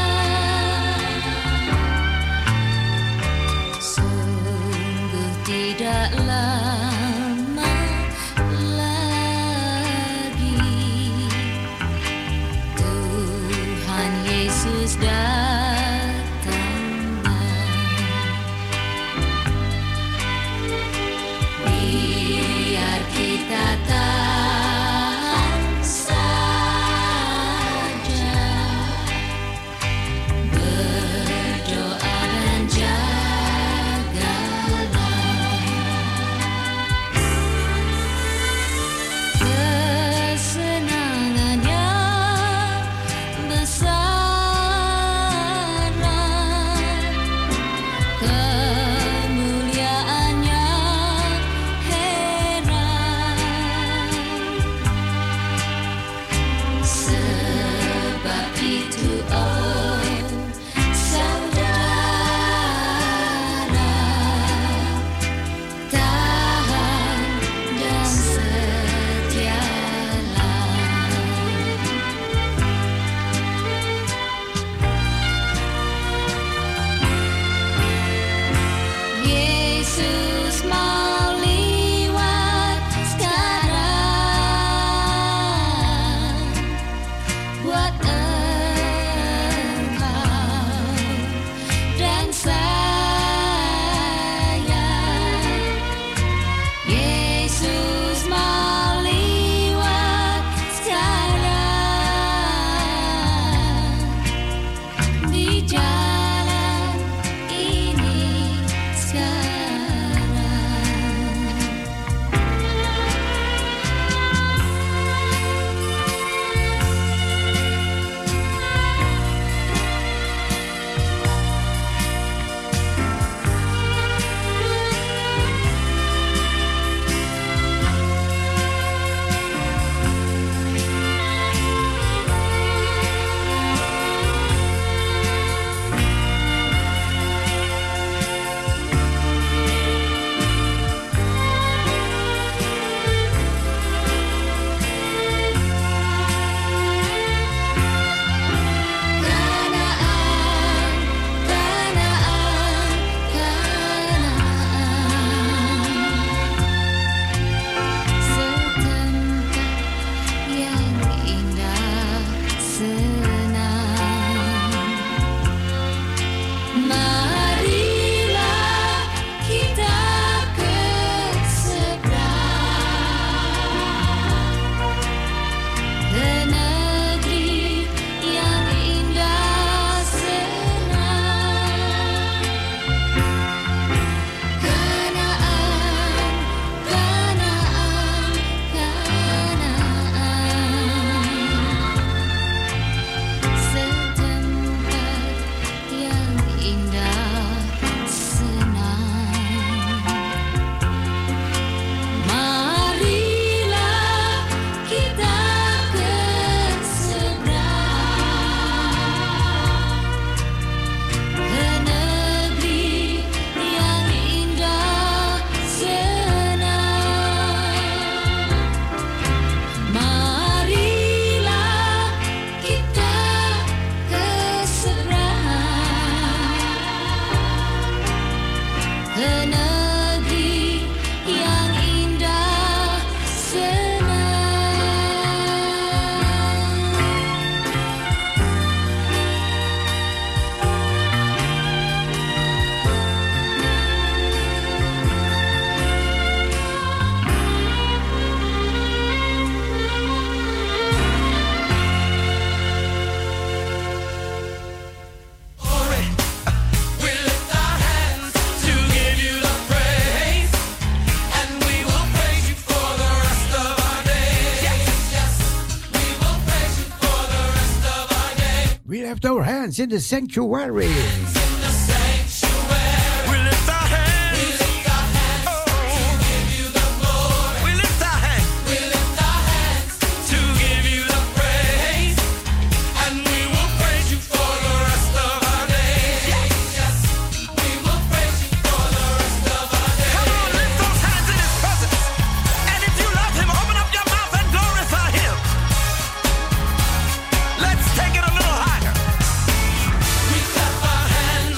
Sungguh tidak lama lagi Tuhan Yesus datanglah. Biar kita tahan saja, berdoa dan jagalah. negeri yang indah We lift our hands to give you the praise, and we will praise you for the rest of our days. Yes, we will praise you for the rest of our days. We lift our hands in the sanctuary. In the sanctuary, we lift our hands. We lift our hands to give you the glory. We lift our hands. We lift our hands to give you the praise, and we will praise you for the rest of our days. Yes, we will praise you for the rest of our days. Come on, lift those hands in His presence, and if you love Him, open up your mouth and glorify Him. Let's take it a little higher. We clap our hands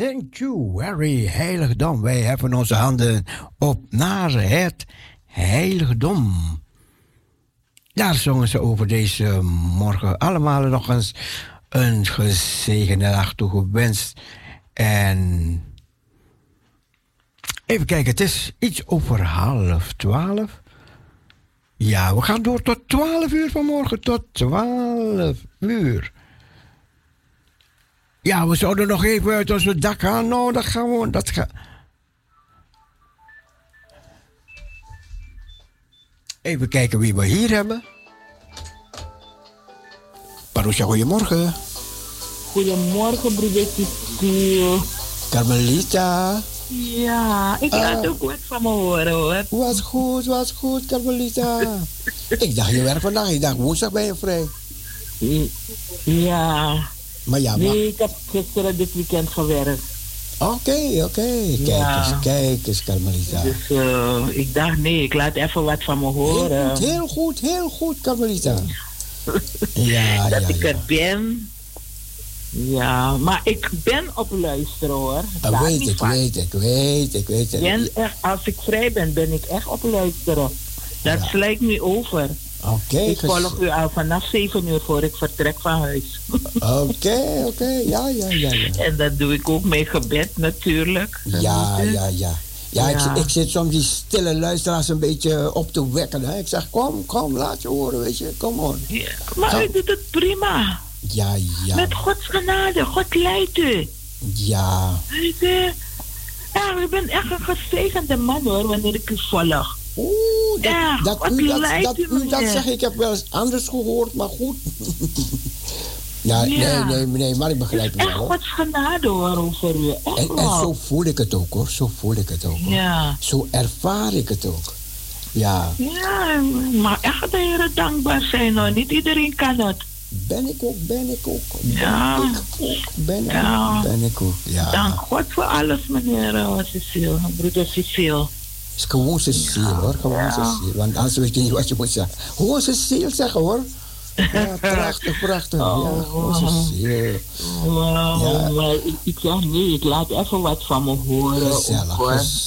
Sanctuary, heiligdom. Wij heffen onze handen op naar het heiligdom. Daar zongen ze over deze morgen. Allemaal nog eens een gezegende dag toegewenst. En even kijken, het is iets over 11:30. Ja, we gaan door tot 12 uur vanmorgen. Tot 12 uur. Ja, we zouden nog even uit onze dak gaan. Nou, dat gaan we. Dat gaat. Even kijken wie we hier hebben. Parousia, goedemorgen. Goedemorgen, broeder Cecile. Carmelita. Ja, ik laat ook wat van me horen, hoor. Was goed, Carmelita. Ik dacht, je werkt vandaag. Ik dacht, woensdag ben je vrij. Ja. Maar ja, nee, ik heb gisteren dit weekend gewerkt. Oké. Kijk eens, Carmelita. Dus ik dacht, nee, ik laat even wat van me horen. Heel goed, Carmelita. Ja, dat ik er ben. Ja, maar ik ben op luisteren, hoor. Dat weet ik. Als ik vrij ben ik echt op luisteren. Dat slijkt nu over. Oké. Ik volg u al vanaf 7 uur voor ik vertrek van huis. Oké. Ja. En dat doe ik ook met gebed natuurlijk. Ja. Ik zit soms die stille luisteraars een beetje op te wekken. Hè. Ik zeg, kom, laat je horen, weet je. Kom on. Ja, maar u doet het prima. Ja. Met Gods genade. God leidt u. Ja. Ja, u bent echt een gezegende man, hoor, wanneer ik u volg. Dat zeg ik heb wel eens anders gehoord, maar goed. Nee, maar ik begrijp het wel. Echt Gods genade, hoor, over u. En zo voel ik het ook, hoor. Ja. Zo ervaar ik het ook. Ja. Ja, maar echt de Heer dankbaar zijn, hoor. Niet iedereen kan het. Ben ik ook. Ja. Ben ik ook. Ja. Dank God voor alles, meneer Cecile, broeder Cecile. Het is gewoon Cecile, hoor. Cecile. Want anders weet je niet wat je moet zeggen. Gewoon Cecile zeggen, hoor. Ja, prachtig. Ja, gewoon Cecile. Maar ik zeg nee, ik laat even wat van me horen. Gezellig.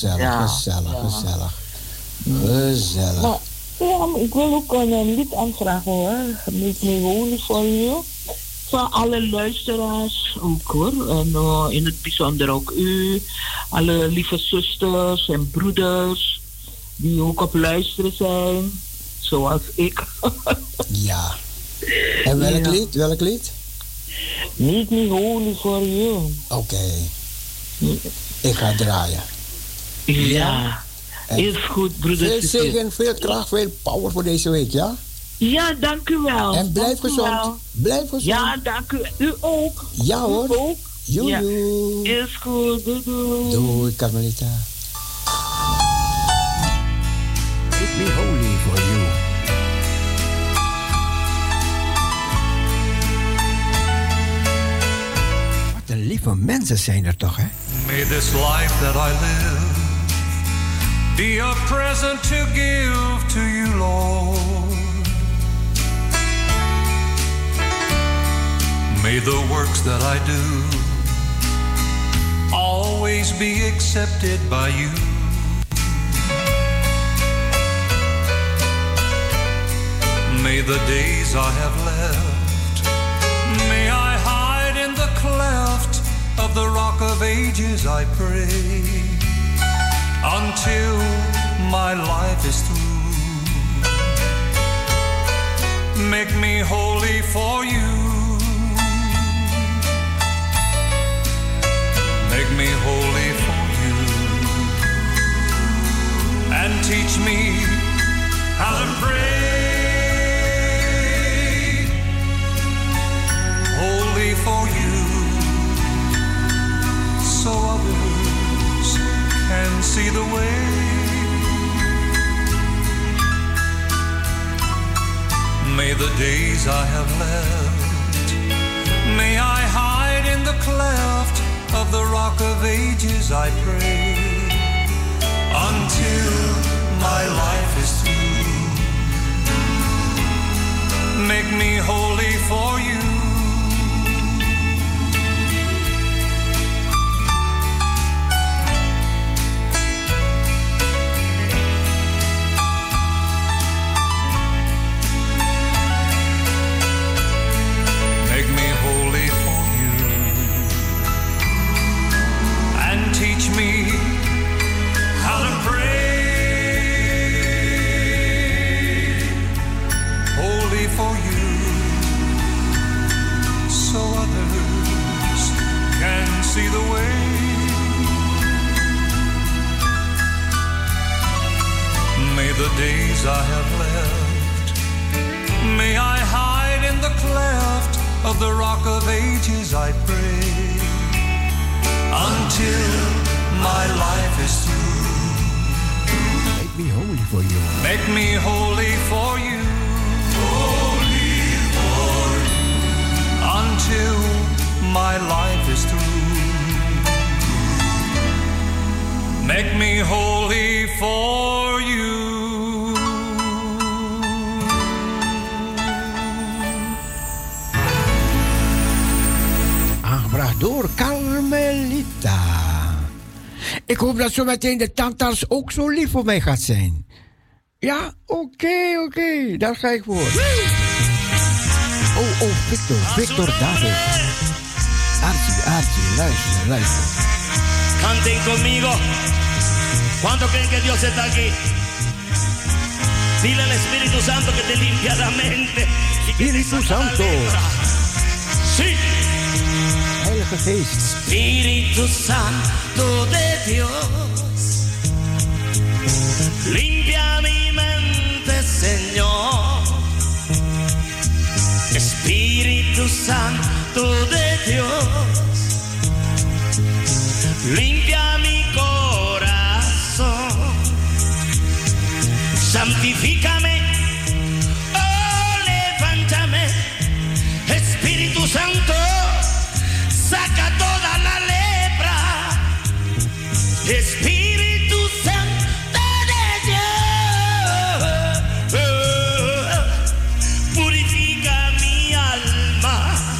Maar, ja, ik wil ook een lied aanvragen, hoor. Niet meer wonen voor u. Voor alle luisteraars ook, hoor. En in het bijzonder ook u. Alle lieve zusters en broeders. Die ook op luisteren zijn. Zoals ik. Ja. En welk lied? Niet meer holy for you. Oké. Ik ga draaien. Ja. Is goed, broeder. Veel zegen, veel kracht, veel power voor deze week, ja? Ja, dank u wel. En blijf gezond. Ja, dank u. U ook. Ja, hoor. U ook. Joe. Ja. Is goed. Doei. Doei, Carmelita. Make me holy for you. Wat een lieve mensen zijn er toch, hè? May this life that I live be a present to give to you, Lord. May the works that I do always be accepted by you. May the days I have left, may I hide in the cleft of the rock of ages, I pray, until my life is through. Make me holy for you. Make me holy for you. And teach me how to pray. Holy for you. So others can see the way. May the days I have left, may I hide in the cleft of the rock of ages, I pray, until my life is through. Make me holy for you. May the days I have left, may I hide in the cleft of the rock of ages, I pray, until my life is through. Make me holy for you. Make me holy for you. Holy for you. Until my life is through. Make me holy for you. Aangebracht door Carmelita. Ik hoop dat zo meteen de tandarts ook zo lief voor mij gaat zijn. Ja, oké, daar ga ik voor. Oh, Victor David. Archie, luister. Canten conmigo. ¿Cuánto creen que Dios está aquí? Dile al Espíritu Santo que te limpia la mente. Espíritu Santo. Sí. Heilige Geest. Espíritu Santo de Dios. Limpia mi mente, Señor. Espíritu Santo de Dios. Limpia mi corazón, santifícame, oh, levántame, Espíritu Santo, saca toda la lepra, Espíritu Santo de Dios, purifica mi alma,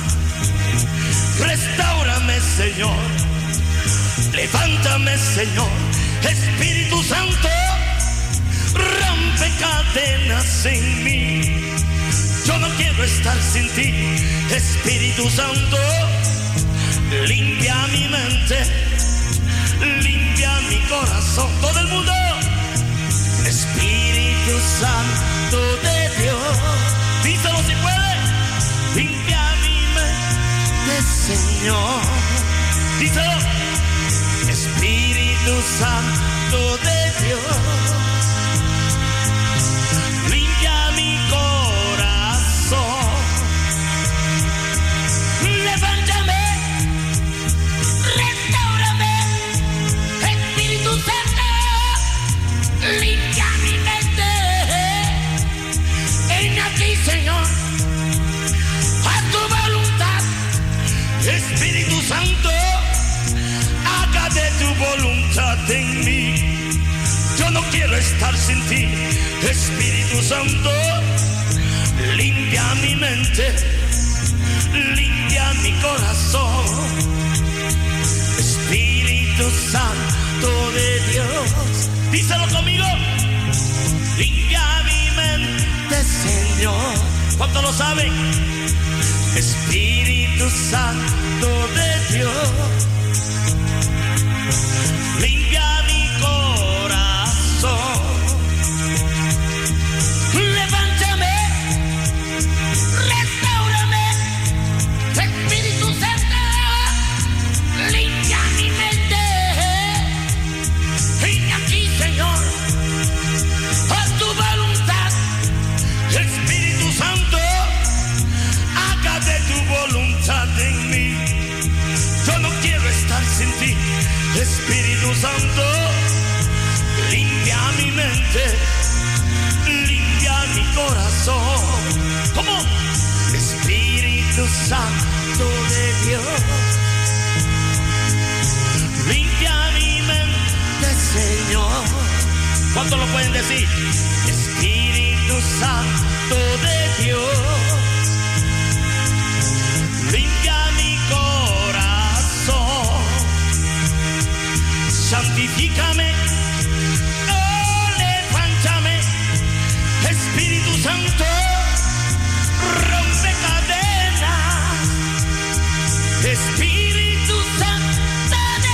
restáurame, Señor. Levántame, Señor, Espíritu Santo, rompe cadenas en mí. Yo no quiero estar sin ti, Espíritu Santo. Limpia mi mente, limpia mi corazón. Todo el mundo, Espíritu Santo de Dios. Díselo si puede. Limpia mi mente, Señor. Díselo. Espíritu Santo de Dios, limpia mi corazón, levántame, restáurame, Espíritu Santo, limpia mi mente, ven aquí, Señor, haz tu voluntad, Espíritu Santo. De tu voluntad en mí, yo no quiero estar sin ti, Espíritu Santo, limpia mi mente, limpia mi corazón, Espíritu Santo de Dios, díselo conmigo, limpia mi mente, Señor, ¿cuánto lo saben? Espíritu Santo de Dios. Limpia mi corazón, levántame, restáurame, Espíritu Santo, limpia mi mente, ven aquí, Señor, haz tu voluntad, Espíritu Santo, haga de tu voluntad en mí, yo no quiero estar sin ti. Espíritu Santo, limpia mi mente, limpia mi corazón. ¿Cómo? Espíritu Santo de Dios, limpia mi mente, Señor. ¿Cuánto lo pueden decir? Espíritu Santo de Dios, limpia mi corazón. Santifícame, oh, levántame, Espíritu Santo, rompe cadenas, Espíritu Santo de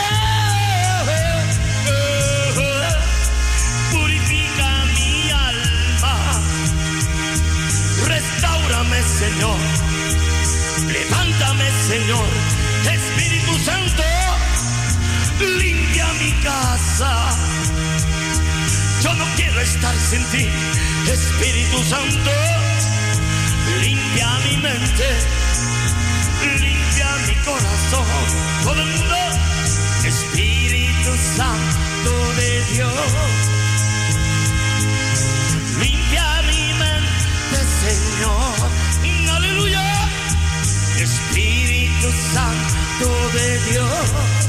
Dios, purifica mi alma, restáurame, Señor, levántame, Señor, Espíritu Santo, limpia mi casa. Yo no quiero estar sin ti. Espíritu Santo, limpia mi mente, limpia mi corazón. Todo el mundo, Espíritu Santo de Dios, limpia mi mente, Señor. Aleluya. Espíritu Santo de Dios,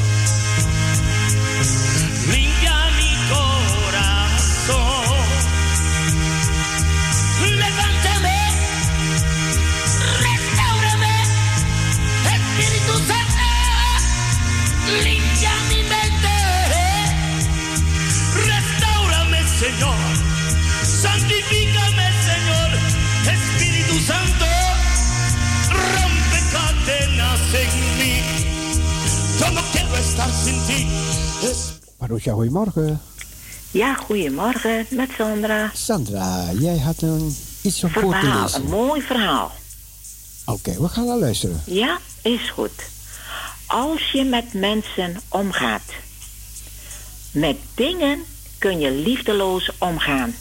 limpia mi corazón. Levántame, restáurame, Espíritu Santo, limpia mi mente, restáurame, Señor, santifícame, Señor, Espíritu Santo, rompe cadenas en mí. Yo no quiero estar sin ti. Marusha, goedemorgen. Ja, goedemorgen met Sandra. Sandra, jij had iets om voor te lezen. Een mooi verhaal. Oké, we gaan naar luisteren. Ja, is goed. Als je met mensen omgaat, met dingen kun je liefdeloos omgaan.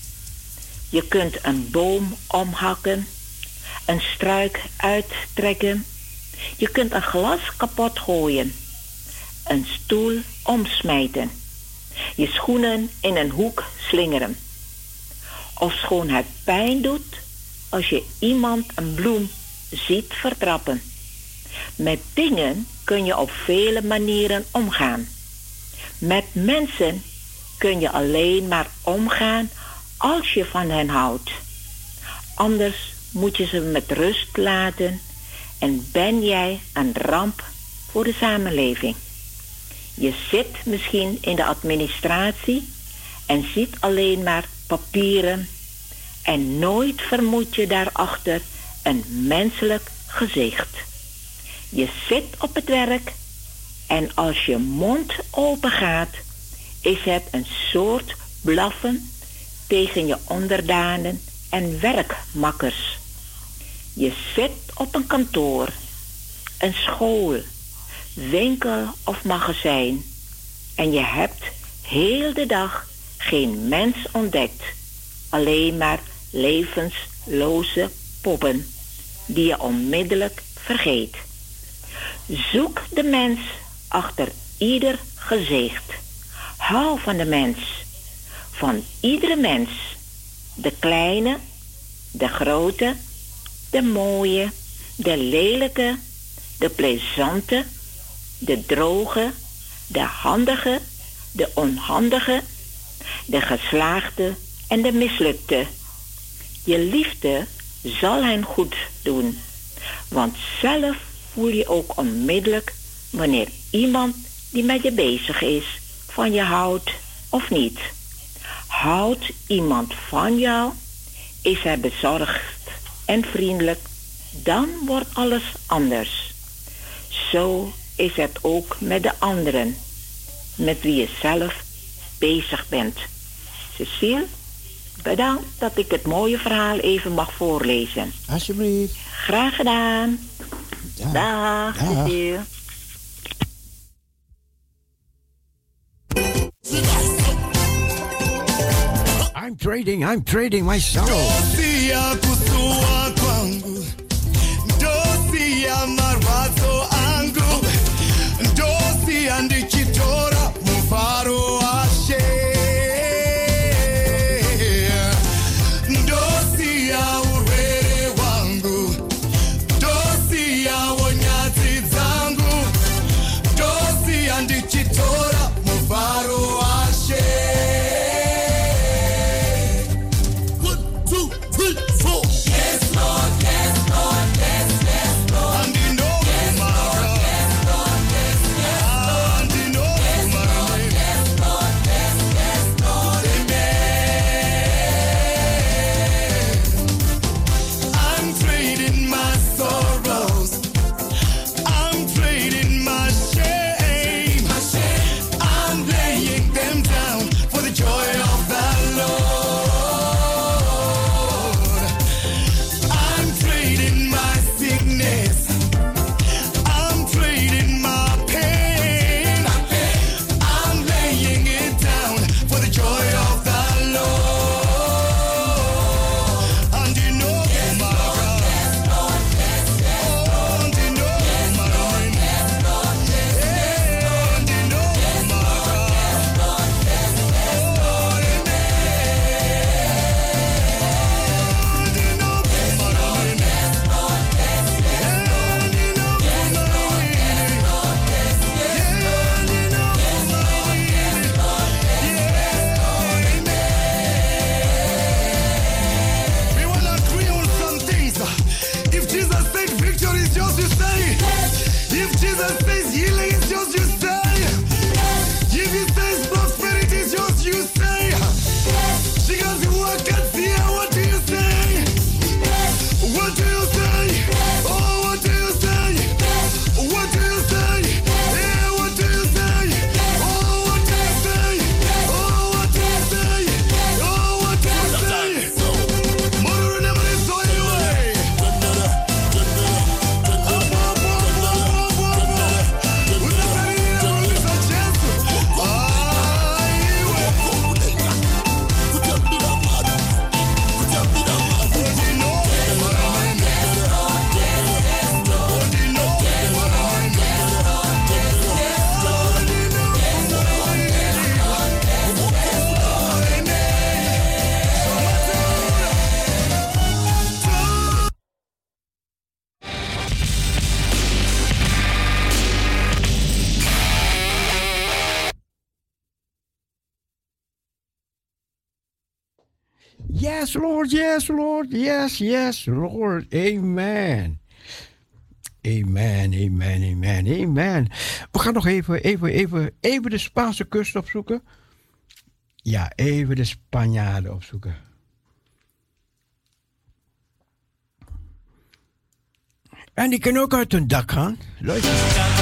Je kunt een boom omhakken, een struik uittrekken. Je kunt een glas kapot gooien, een stoel omsmijten, je schoenen in een hoek slingeren. Ofschoon het pijn doet als je iemand een bloem ziet vertrappen. Met dingen kun je op vele manieren omgaan. Met mensen kun je alleen maar omgaan als je van hen houdt. Anders moet je ze met rust laten en ben jij een ramp voor de samenleving. Je zit misschien in de administratie en ziet alleen maar papieren en nooit vermoed je daarachter een menselijk gezicht. Je zit op het werk en als je mond open gaat, is het een soort blaffen tegen je onderdanen en werkmakkers. Je zit op een kantoor, een school, winkel of magazijn en je hebt heel de dag geen mens ontdekt. Alleen maar levensloze poppen die je onmiddellijk vergeet. Zoek de mens achter ieder gezicht. Hou van de mens. Van iedere mens. De kleine, de grote, de mooie, de lelijke, de plezante, de droge, de handige, de onhandige, de geslaagde en de mislukte. Je liefde zal hen goed doen, want zelf voel je ook onmiddellijk wanneer iemand die met je bezig is van je houdt of niet. Houdt iemand van jou, is hij bezorgd en vriendelijk, dan wordt alles anders. Zo is het ook met de anderen, met wie je zelf bezig bent. Cecile, bedankt dat ik het mooie verhaal even mag voorlezen. Alsjeblieft. Graag gedaan. Dag, Cecile. I'm trading my sorrow. Dosia kusua kwangu, dosia marwazo angu, dosia ndichitora mufaro ashe, dosia urwere wangu, dosia wonyadzi dzangu, dosia ndichitora mufaro ashe. Yes, Lord, yes, Lord, yes, yes, Lord. Amen. Amen, amen, amen, amen. We gaan nog even de Spaanse kust opzoeken. Ja, even de Spanjaarden opzoeken. En die kunnen ook uit hun dak gaan. Luister.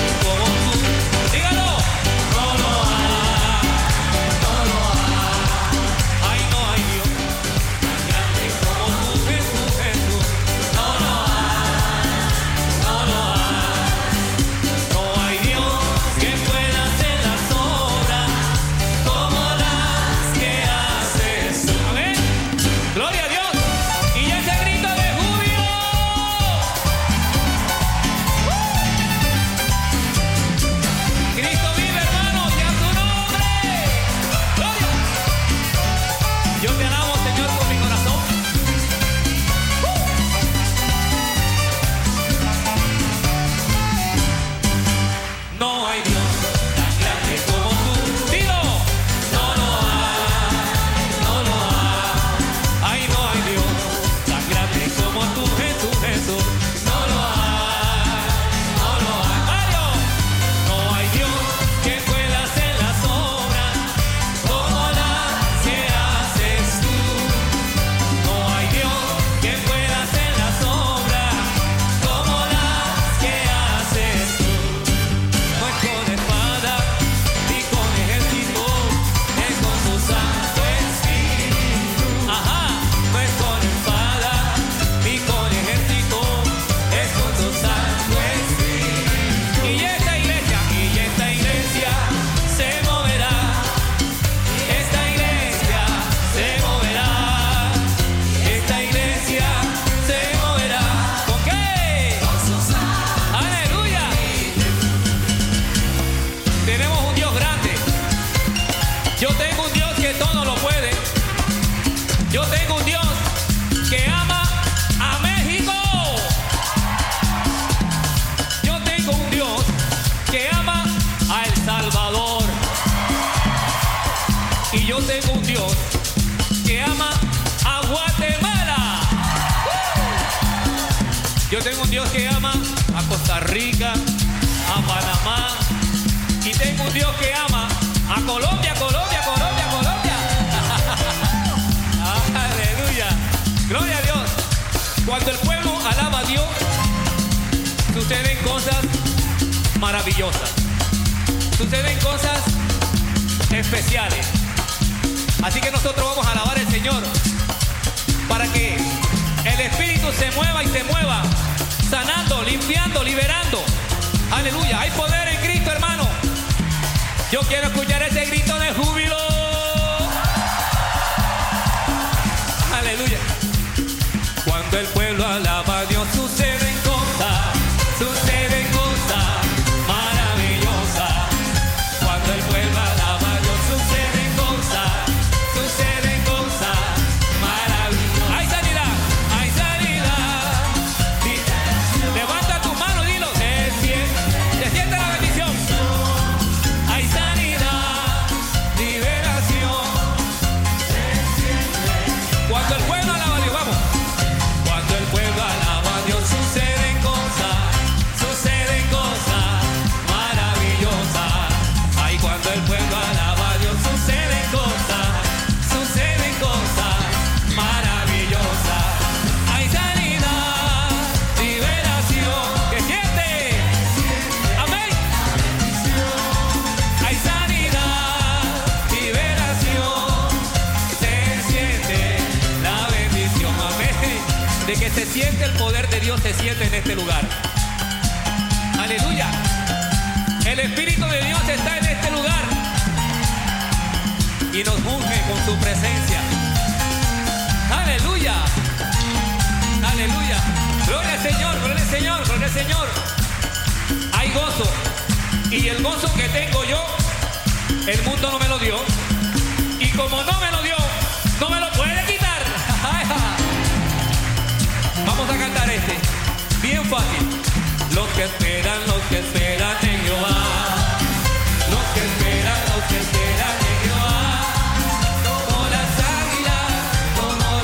Yo tengo un Dios que ama a Costa Rica, a Panamá, y tengo un Dios que ama a Colombia, Colombia, Colombia, Colombia. Aleluya. Gloria a Dios. Cuando el pueblo alaba a Dios, suceden cosas maravillosas. Suceden cosas especiales. Así que nosotros vamos a alabar al Señor para que el Espíritu se mueva y se mueva, sanando, limpiando, liberando. Aleluya. Hay poder en Cristo, hermano. Yo quiero escuchar ese grito de júbilo. Aleluya. Cuando el pueblo alaba a Dios, suceden cosas maravillosas. Cuando el pueblo alaba a Dios, suceden cosas maravillosas. Hay sanidad, hay sanidad. Levanta tu mano y dilo, se siente la bendición. Hay sanidad, liberación. Cuando el pueblo alaba a Dios, vamos. Cuando el pueblo alaba a Dios, suceden cosas maravillosas. Ay, cuando el pueblo alaba a Dios, suceden cosas maravillosas. Hay sanidad, liberación. ¿Qué siente? Amén. Hay sanidad, liberación. Se siente la bendición. Amén. De que se siente el poder de Dios, se siente en este lugar. Aleluya. El Espíritu de Dios está en este lugar y nos unge con su presencia. Aleluya. Aleluya. Gloria al Señor, gloria al Señor, gloria al Señor. Hay gozo. Y el gozo que tengo yo, el mundo no me lo dio. Y como no me lo dio, no me lo puede quitar. Vamos a cantar este. Bien fácil. Los que esperan en Jehová. Los que esperan en Jehová. Como las águilas, como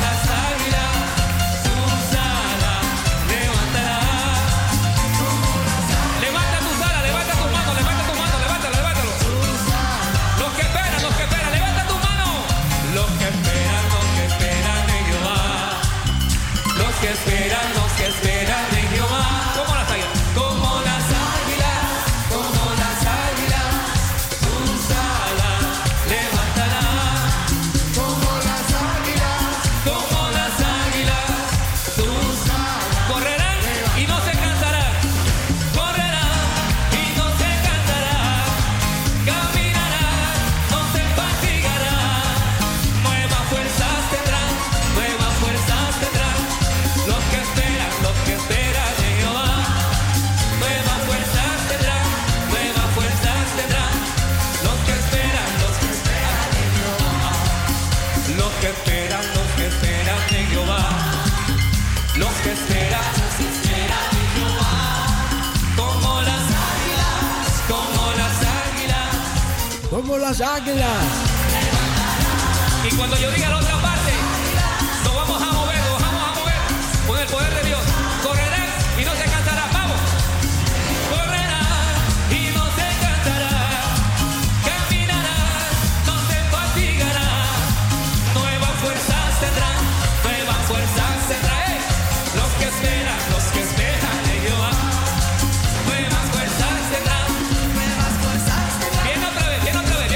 como las águilas. Y cuando yo diga la otra parte, nos vamos a mover con el poder de Dios. Correrán y no se cansarán. Vamos. Correrán y no se cansarán. Caminarán, no se fatigarán. Nuevas fuerzas tendrán. Nuevas fuerzas tendrán. Los que esperan en Jehová. Nuevas fuerzas tendrán. Nuevas fuerzas tendrán. Viene otra vez.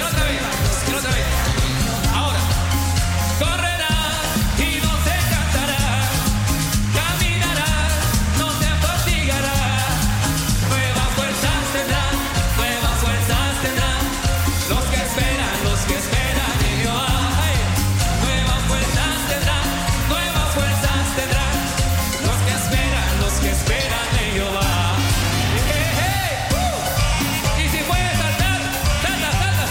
Ahora. Correrán y no se cansarán. Caminarán, no se fatigarán. Nuevas fuerzas tendrán. Nuevas fuerzas tendrán. Los que esperan en Jehová. Nuevas fuerzas tendrán. Nuevas fuerzas tendrán. Los que esperan en Jehová. Y si puedes saltar, salta.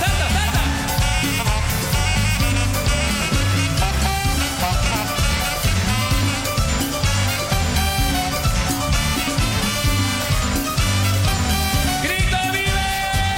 Grito vive.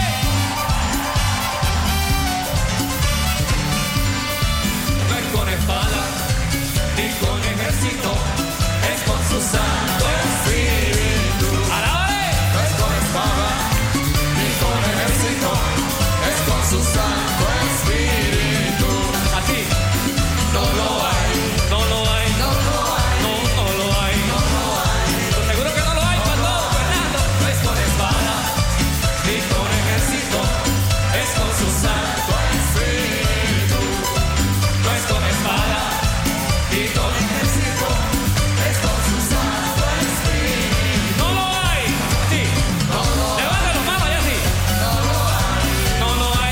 No es con espada ni con ejército, es con su santo espíritu. ¡Alábale! No es con espada ni con ejército, es con su santo espíritu. Así. No lo hay. No lo hay. No lo hay. Seguro que no lo hay, pastor Fernando. No es con espada ni con ejército, es con su santo espíritu. No es con espada ni con ejército, es con su santo espíritu. No lo hay. Sí. Levanta las manos y así. No lo hay. No lo hay.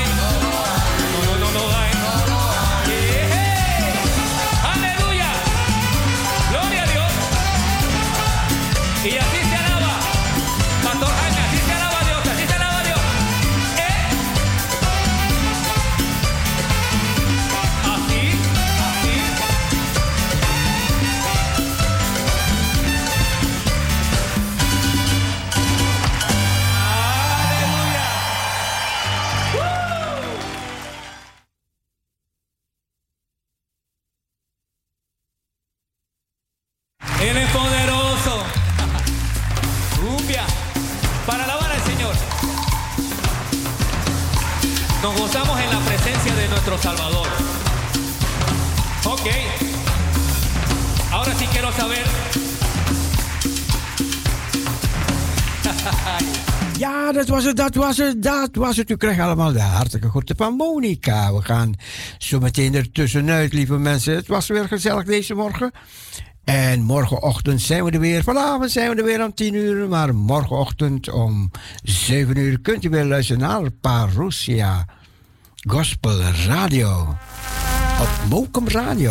Aleluya. Gloria a Dios. Y así se alaba. Pastor Jaime, así se alaba a Dios. Así se alaba a Dios. Así. Él es poderoso. Cumbia. Para alabar al Señor. Nos gozamos en la presencia de nuestro Salvador. Ok. Ahora sí quiero saber. Ja, dat was het. U krijgt allemaal de hartelijke groeten van Monica. We gaan zo meteen ertussenuit, lieve mensen. Het was weer gezellig deze morgen. En morgenochtend zijn we er weer. Vanavond zijn we er weer om 10 uur. Maar morgenochtend om 7 uur kunt u weer luisteren naar Parousia Gospel Radio. Op Mokum Radio.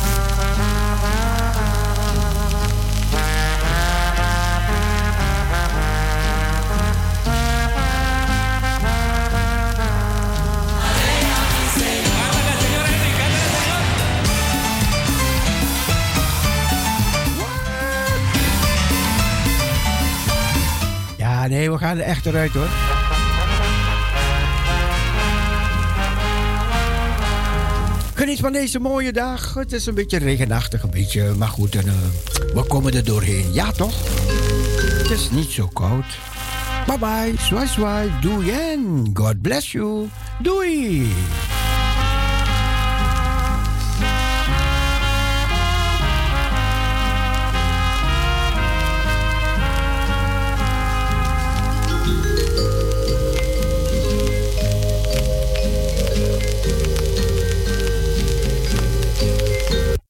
Ja, nee, we gaan er echt eruit hoor. Geniet van deze mooie dag. Het is een beetje regenachtig, een beetje, maar goed, we komen er doorheen. Ja, toch? Het is niet zo koud. Bye bye, swai swai, doei en God bless you. Doei!